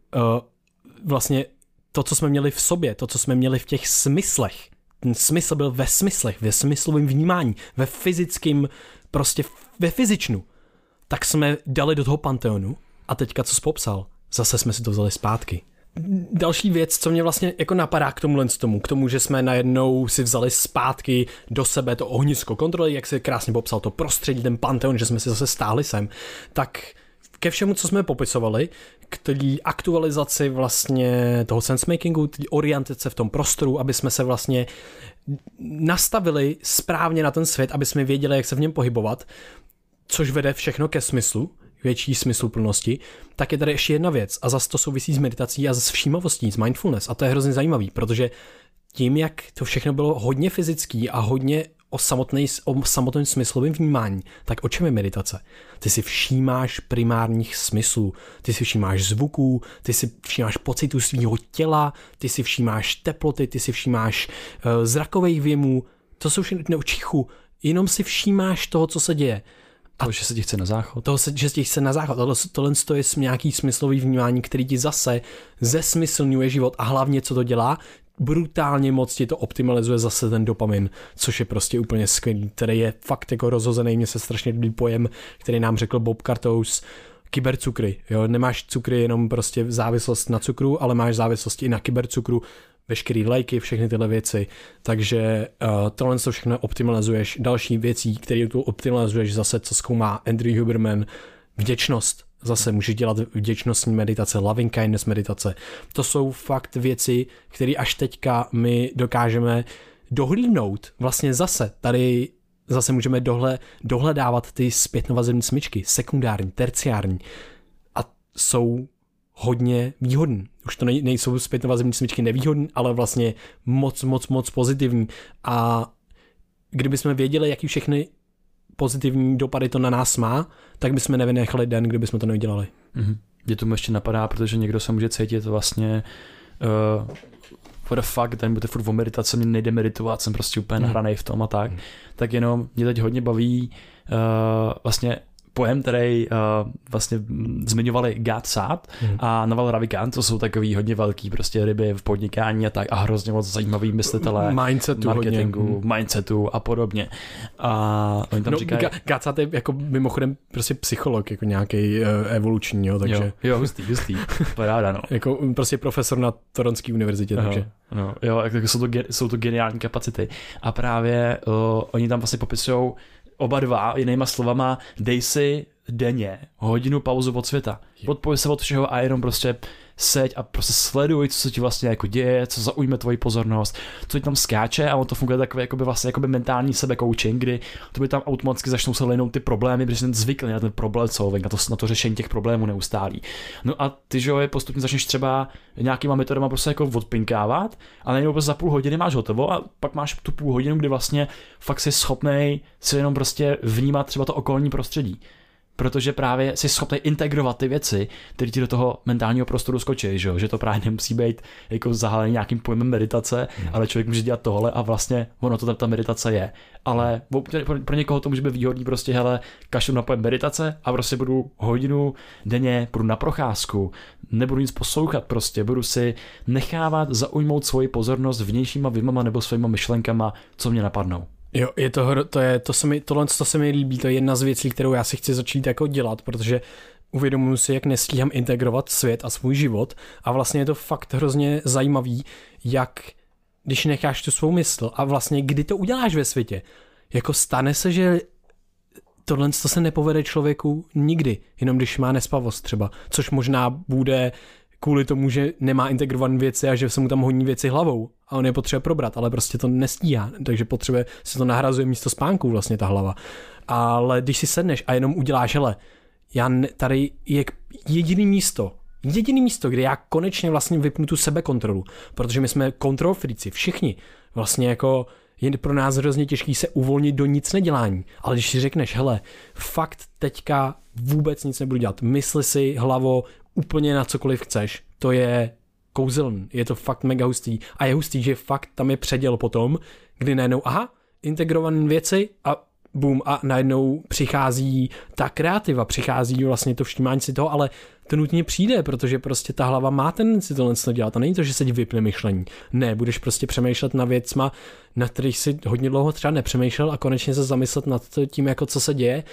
vlastně to, co jsme měli v sobě, to, co jsme měli v těch smyslech, ten smysl byl ve smyslech, ve smyslovém vnímání, ve fyzickém, prostě ve fyzičnu, tak jsme dali do toho panteonu a teďka, co jsi popsal, zase jsme si to vzali zpátky. Další věc, co mě vlastně jako napadá k tomu, že jsme najednou si vzali zpátky do sebe to ohnisko kontroly, jak se krásně popsal to prostředí, ten panteon, že jsme si zase stáli sem, tak ke všemu, co jsme popisovali, k té aktualizaci vlastně toho sensemakingu, té orientace v tom prostoru, aby jsme se vlastně nastavili správně na ten svět, aby jsme věděli, jak se v něm pohybovat, což vede všechno ke smyslu, větší smysluplnosti, tak je tady ještě jedna věc a zase to souvisí s meditací a s všímavostí, s mindfulness a to je hrozně zajímavý, protože tím, jak to všechno bylo hodně fyzický a hodně o samotném smyslovém vnímání, tak o čem je meditace? Ty si všímáš primárních smyslů, ty si všímáš zvuků, ty si všímáš pocitu svého těla, ty si všímáš teploty, ty si všímáš zrakových věmů, to jsou všechno čichu, jenom si všímáš toho, co se děje. To, že se ti chce na záchod. Že se ti chce na záchod. Tohle je nějaký smyslový vnímání, který ti zase zesmyslňuje život a hlavně, co to dělá, brutálně moc ti to optimalizuje zase ten dopamin, což je prostě úplně skvělý, který je fakt jako rozhozený, mně se strašně líbí pojem, který nám řekl Bob Cartous, kybercukry, jo, nemáš cukry jenom prostě závislost na cukru, ale máš závislost i na kybercukru, veškerý léky, všechny tyhle věci, takže tohle to všechno optimalizuješ. Další věcí, které tu optimalizuješ zase, co zkoumá Andrew Huberman, vděčnost. Zase můžeš dělat vděčnostní meditace, loving kindness meditace. To jsou fakt věci, které až teďka my dokážeme dohlídnout. Vlastně tady zase můžeme dohledávat ty zpětnovazební smyčky, sekundární, terciární. A jsou hodně výhodný. Už to nejsou zpětnovazební smyčky nevýhodný, ale vlastně moc pozitivní. A kdybychom věděli, jaký všechny pozitivní dopady to na nás má, tak bychom nevynechali den, kdybychom to neudělali. Mě tomu ještě napadá, protože někdo se může cítit vlastně what the fuck, ten bude furt o meditaci, mě nejde meditovat, jsem prostě úplně nahranej v tom a tak. Tak jenom mě teď hodně baví vlastně pojem, který vlastně zmiňovali Gad Saad a Naval Ravikant, to jsou takový hodně velký prostě ryby v podnikání a tak a hrozně moc zajímavý myslitelé marketingu, mindsetu a podobně. A oni tam říkají... Gad Saad je jako mimochodem prostě psycholog, jako nějaký evoluční, jo, takže... Jo, hustý, paráda, no. Jako prostě profesor na Toronské univerzitě, takže... No, jo, tak jsou to geniální kapacity. A právě oni tam vlastně popisují oba dva jinýma slovama, dej si denně hodinu pauzu od světa. Odpoj se od všeho a jenom prostě seď a prostě sleduj, co se ti vlastně jako děje, co zaujme tvoji pozornost, co ti tam skáče a on to funguje takový jakoby mentální sebecoaching, kdy to by tam automaticky začnou se lejnout ty problémy, protože jsem zvyklý na ten problém solving, na to řešení těch problémů neustálý. No a ty, že postupně začneš třeba nějakýma metodama prostě jako odpinkávat a najednou prostě za půl hodiny máš hotovo a pak máš tu půl hodinu, kdy vlastně fakt jsi schopnej si jenom prostě vnímat třeba to okolní prostředí. Protože právě jsi schopný integrovat ty věci, které ti do toho mentálního prostoru skočí, že to právě nemusí být jako zahalený nějakým pojmem meditace, ale člověk může dělat tohle a vlastně ono to ta meditace je. Ale pro někoho to může být výhodný prostě, hele, kašlu na pojem meditace a prostě budu hodinu denně, budu na procházku, nebudu nic poslouchat prostě, budu si nechávat zaujmout svoji pozornost vnějšíma vymama nebo svýma myšlenkama, co mě napadnou. Jo, tohle se mi líbí, to je jedna z věcí, kterou já si chci začít jako dělat, protože uvědomuji si, jak nestíhám integrovat svět a svůj život a vlastně je to fakt hrozně zajímavý, jak když necháš tu svou mysl a vlastně kdy to uděláš ve světě, jako stane se, že tohle to se nepovede člověku nikdy, jenom když má nespavost třeba, což možná bude kvůli tomu, že nemá integrované věci a že se mu tam honí věci hlavou a on je potřebuje probrat, ale prostě to nestíhá, takže potřebuje, se to nahrazuje místo spánku vlastně ta hlava. Ale když si sedneš a jenom uděláš, hele, tady je jediný místo, kde já konečně vlastně vypnu tu sebekontrolu, protože my jsme control freaci, všichni, vlastně jako je pro nás hrozně těžký se uvolnit do nic nedělání, ale když si řekneš, hele, fakt teďka vůbec nic nebudu dělat, mysli si hlavo úplně na cokoliv chceš, to je kouzelný, je to fakt mega hustý a je hustý, že fakt tam je předěl potom, kdy najednou, integrované věci a boom a najednou přichází ta kreativa, přichází vlastně to všímání si toho, ale to nutně přijde, protože prostě ta hlava má tendenci tohle dělat a není to, že se ti vypne myšlení. Ne, budeš prostě přemýšlet na věcma, na kterých si hodně dlouho třeba nepřemýšlel a konečně se zamyslet nad tím, jako co se děje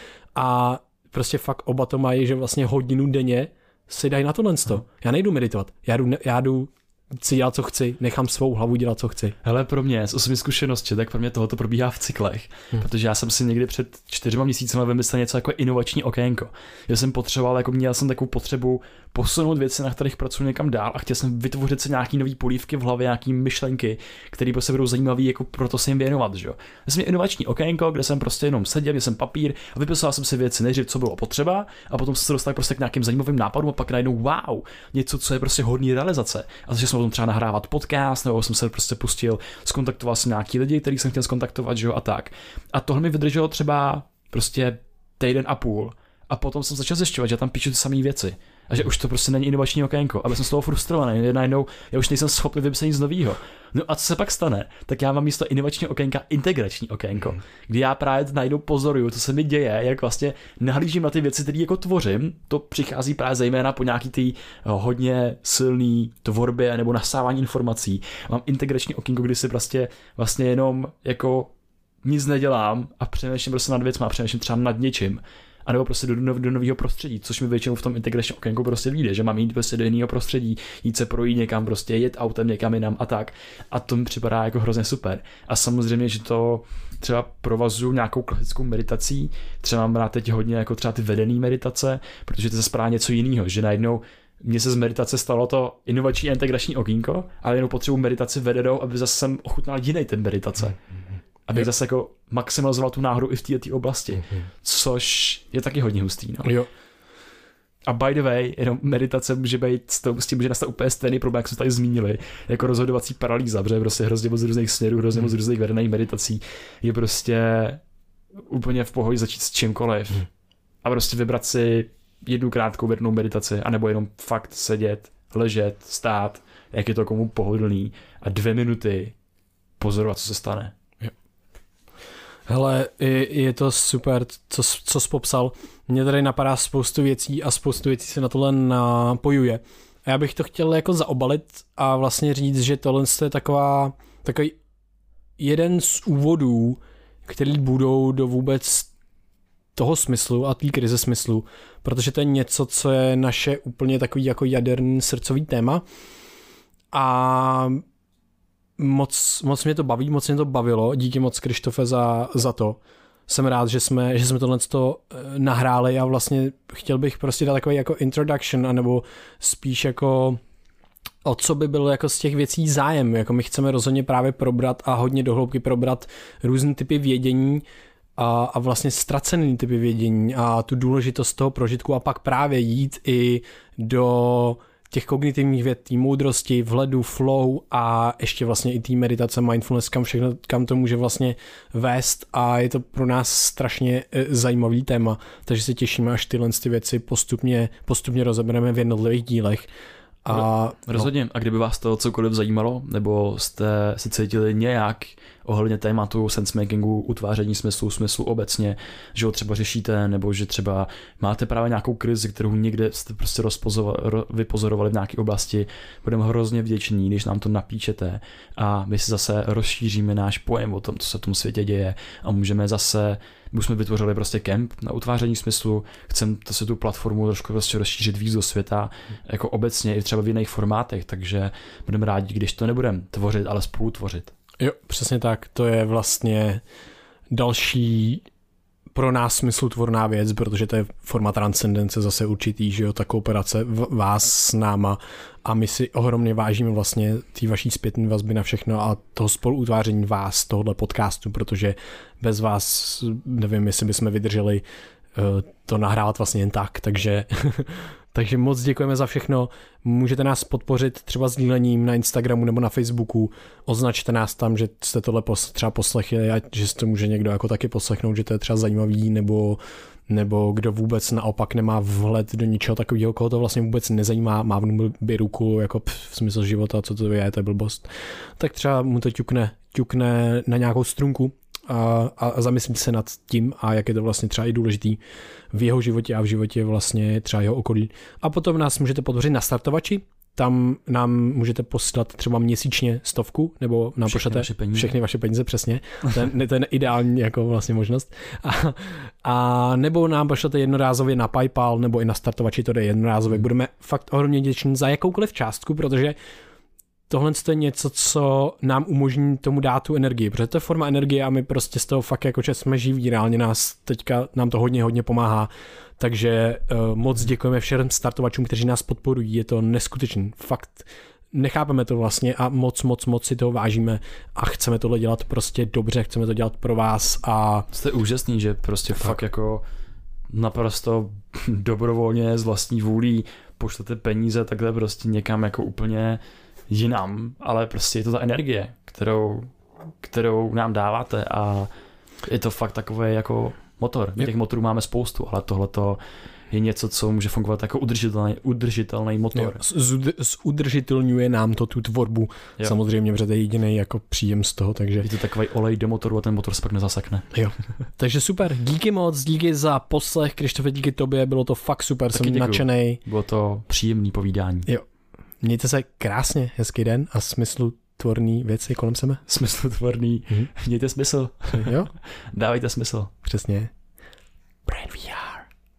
a prostě fakt oba to mají, že vlastně hodinu denně si dají na tohle. Já nejdu meditovat, já jdu si dělat, co chci, nechám svou hlavu dělat, co chci. Hele, pro mě z osobní zkušenosti, tak pro mě tohoto probíhá v cyklech, protože já jsem si někdy před 4 měsíci vymyslel něco jako inovační okénko. Já jsem potřeboval, jako měl jsem takovou potřebu posunout věci, na kterých pracuji někam dál a chtěl jsem vytvořit si nějaký nový polívky v hlavě, nějaký myšlenky, které prostě budou zajímavé, jako proto se jim věnovat, že jo. Já jsem měl inovační okénko, kde jsem prostě jenom seděl, kde jsem papír a vypisoval jsem si věci, nejdřív co bylo potřeba a potom se dostal prostě k nějakým zajímavým nápadům a pak najednou wow, něco, co je prostě hodný realizace. A takže jsem potom třeba nahrávat podcast, nebo jsem se prostě pustil, zkontaktoval jsem nějaký lidi, který jsem chtěl zkontaktovat, že jo, a tak. A tohle mi vydrželo třeba prostě týden a půl. A potom jsem začal zjišťovat, že tam píšu ty samé věci. A že už to prostě není inovační okénko. A byl jsem z toho frustrovaný. Najednou já už nejsem schopný vymyslet nic nového. No a co se pak stane? Tak já mám místo inovačního okénka integrační okénko, kdy já právě najednou pozoruju, co se mi děje, jak vlastně nahlížím na ty věci, které jako tvořím. To přichází právě zejména po nějaký ty hodně silný tvorbě nebo nasávání informací. Mám integrační okénko, kdy si vlastně jenom jako nic nedělám a přemýšlím prostě nad věcmi a přemýšlím třeba nad něčím. A nebo prostě do nového prostředí, což mi většinou v tom integračním okénku prostě vyjde, že mám jít prostě do jiného prostředí, jít se projít někam, prostě jet autem někam jinam a tak. A to mi připadá jako hrozně super. A samozřejmě, že to třeba provazuju nějakou klasickou meditací, třeba mám rád teď hodně jako třeba ty vedený meditace, protože to je zase něco jiného, že najednou mně se z meditace stalo to inovační a integrační okýnko, ale jenom potřebuji meditaci vedenou, aby zase jsem ochutnal jiný ten meditace. Abych zase jako maximalizoval tu náhodu i v této oblasti, což je taky hodně hustý. No. Jo. A by the way, jenom meditace může být, s tím může nastat úplně stejný problém, jak jsme tady zmínili, jako rozhodovací paralýza, protože prostě hrozně moc různých směrů, hrozně moc různých vedených meditací je prostě úplně v pohodě začít s čímkoliv a prostě vybrat si jednu krátkou vedenou meditaci, anebo jenom fakt sedět, ležet, stát, jak je to komu pohodlný a 2 minuty pozorovat, co se stane. Hele, je to super, co jsi popsal. Mně tady napadá spoustu věcí a spoustu věcí se na tohle napojuje. A já bych to chtěl jako zaobalit a vlastně říct, že tohle je takový jeden z úvodů, který budou do vůbec toho smyslu a té krize smyslu, protože to je něco, co je naše úplně takový jako jaderný srdcový téma a moc mě to baví, moc mě to bavilo, díky moc Krištofe za to. Jsem rád, že jsme tohle nahráli a vlastně chtěl bych prostě dát takový jako introduction, anebo spíš jako o co by bylo jako z těch věcí zájem. Jako my chceme rozhodně právě probrat a hodně dohloubky probrat různé typy vědění a vlastně ztracený typy vědění a tu důležitost toho prožitku a pak právě jít i do těch kognitivních věd, té moudrosti, vhledu, flow a ještě vlastně i té meditace, mindfulness, kam to může vlastně vést a je to pro nás strašně zajímavý téma, takže se těšíme, až tyhle věci postupně rozebereme v jednotlivých dílech. Rozhodně. A kdyby vás to cokoliv zajímalo, nebo jste se cítili nějak ohledně tématu sensemakingu, utváření smyslu obecně, že ho třeba řešíte, nebo že třeba máte právě nějakou krizi, kterou někde jste prostě vypozorovali v nějaké oblasti, budeme hrozně vděční, když nám to napíšete a my si zase rozšíříme náš pojem o tom, co se v tom světě děje a můžeme zase, už jsme vytvořili prostě kemp na utváření smyslu, chceme to tu platformu trošku prostě rozšířit víc do světa, jako obecně i třeba v jiných formátech, takže budeme rádi, když to nebudeme tvořit, ale spolu tvořit. Jo, přesně tak, to je vlastně další pro nás smyslutvorná věc, protože to je forma transcendence zase určitý, že jo, ta kooperace vás s náma a my si ohromně vážíme vlastně té vaší zpětné vazby na všechno a toho spoluutváření vás, tohohle podcastu, protože bez vás nevím, jestli bychom vydrželi to nahrát vlastně jen tak, takže moc děkujeme za všechno. Můžete nás podpořit třeba sdílením na Instagramu nebo na Facebooku. Označte nás tam, že jste tohle třeba poslechli a že si to může někdo jako taky poslechnout, že to je třeba zajímavý, nebo kdo vůbec naopak nemá vhled do ničeho takového, koho to vlastně vůbec nezajímá, mávnu by ruku jako smysl života, co to je blbost. Tak třeba mu to ťukne na nějakou strunku a zamyslíte se nad tím a jak je to vlastně třeba i důležitý v jeho životě a v životě vlastně třeba jeho okolí. A potom nás můžete podpořit na Startovači, tam nám můžete poslat třeba měsíčně 100 nebo nám pošlete všechny vaše peníze, přesně. To je ideální jako vlastně možnost. A nebo nám pošlete jednorázově na PayPal nebo i na Startovači, to jde jednorázově. Budeme fakt ohromně vděční za jakoukoliv částku, protože tohle je něco, co nám umožní tomu dát tu energii, protože to je forma energie a my prostě z toho fakt jako že jsme živí, reálně nám to hodně pomáhá, takže moc děkujeme všem startovačům, kteří nás podporují, je to neskutečný, fakt nechápeme to vlastně a moc si toho vážíme a chceme tohle dělat prostě dobře, chceme to dělat pro vás a... Jste úžasný, že prostě fakt jako naprosto dobrovolně z vlastní vůlí pošlete peníze takhle prostě někam jako úplně jinam, ale prostě je to ta energie, kterou nám dáváte a je to fakt takové jako motor. My těch motorů máme spoustu, ale tohleto je něco, co může fungovat jako udržitelný motor. Udržitelňuje nám to tu tvorbu. Jo. Samozřejmě, protože to je jediný jako příjem z toho, takže... Je to takový olej do motoru a ten motor se pak nezasekne. Jo. Takže super, díky moc, díky za poslech, Krištofe, díky tobě, bylo to fakt super, taky jsem nadšenej. Bylo to příjemný povídání. Jo. Mějte se krásně, hezký den a smyslutvorný věci kolem sebe. Smyslutvorný, mějte smysl. Jo? Dávejte smysl. Přesně.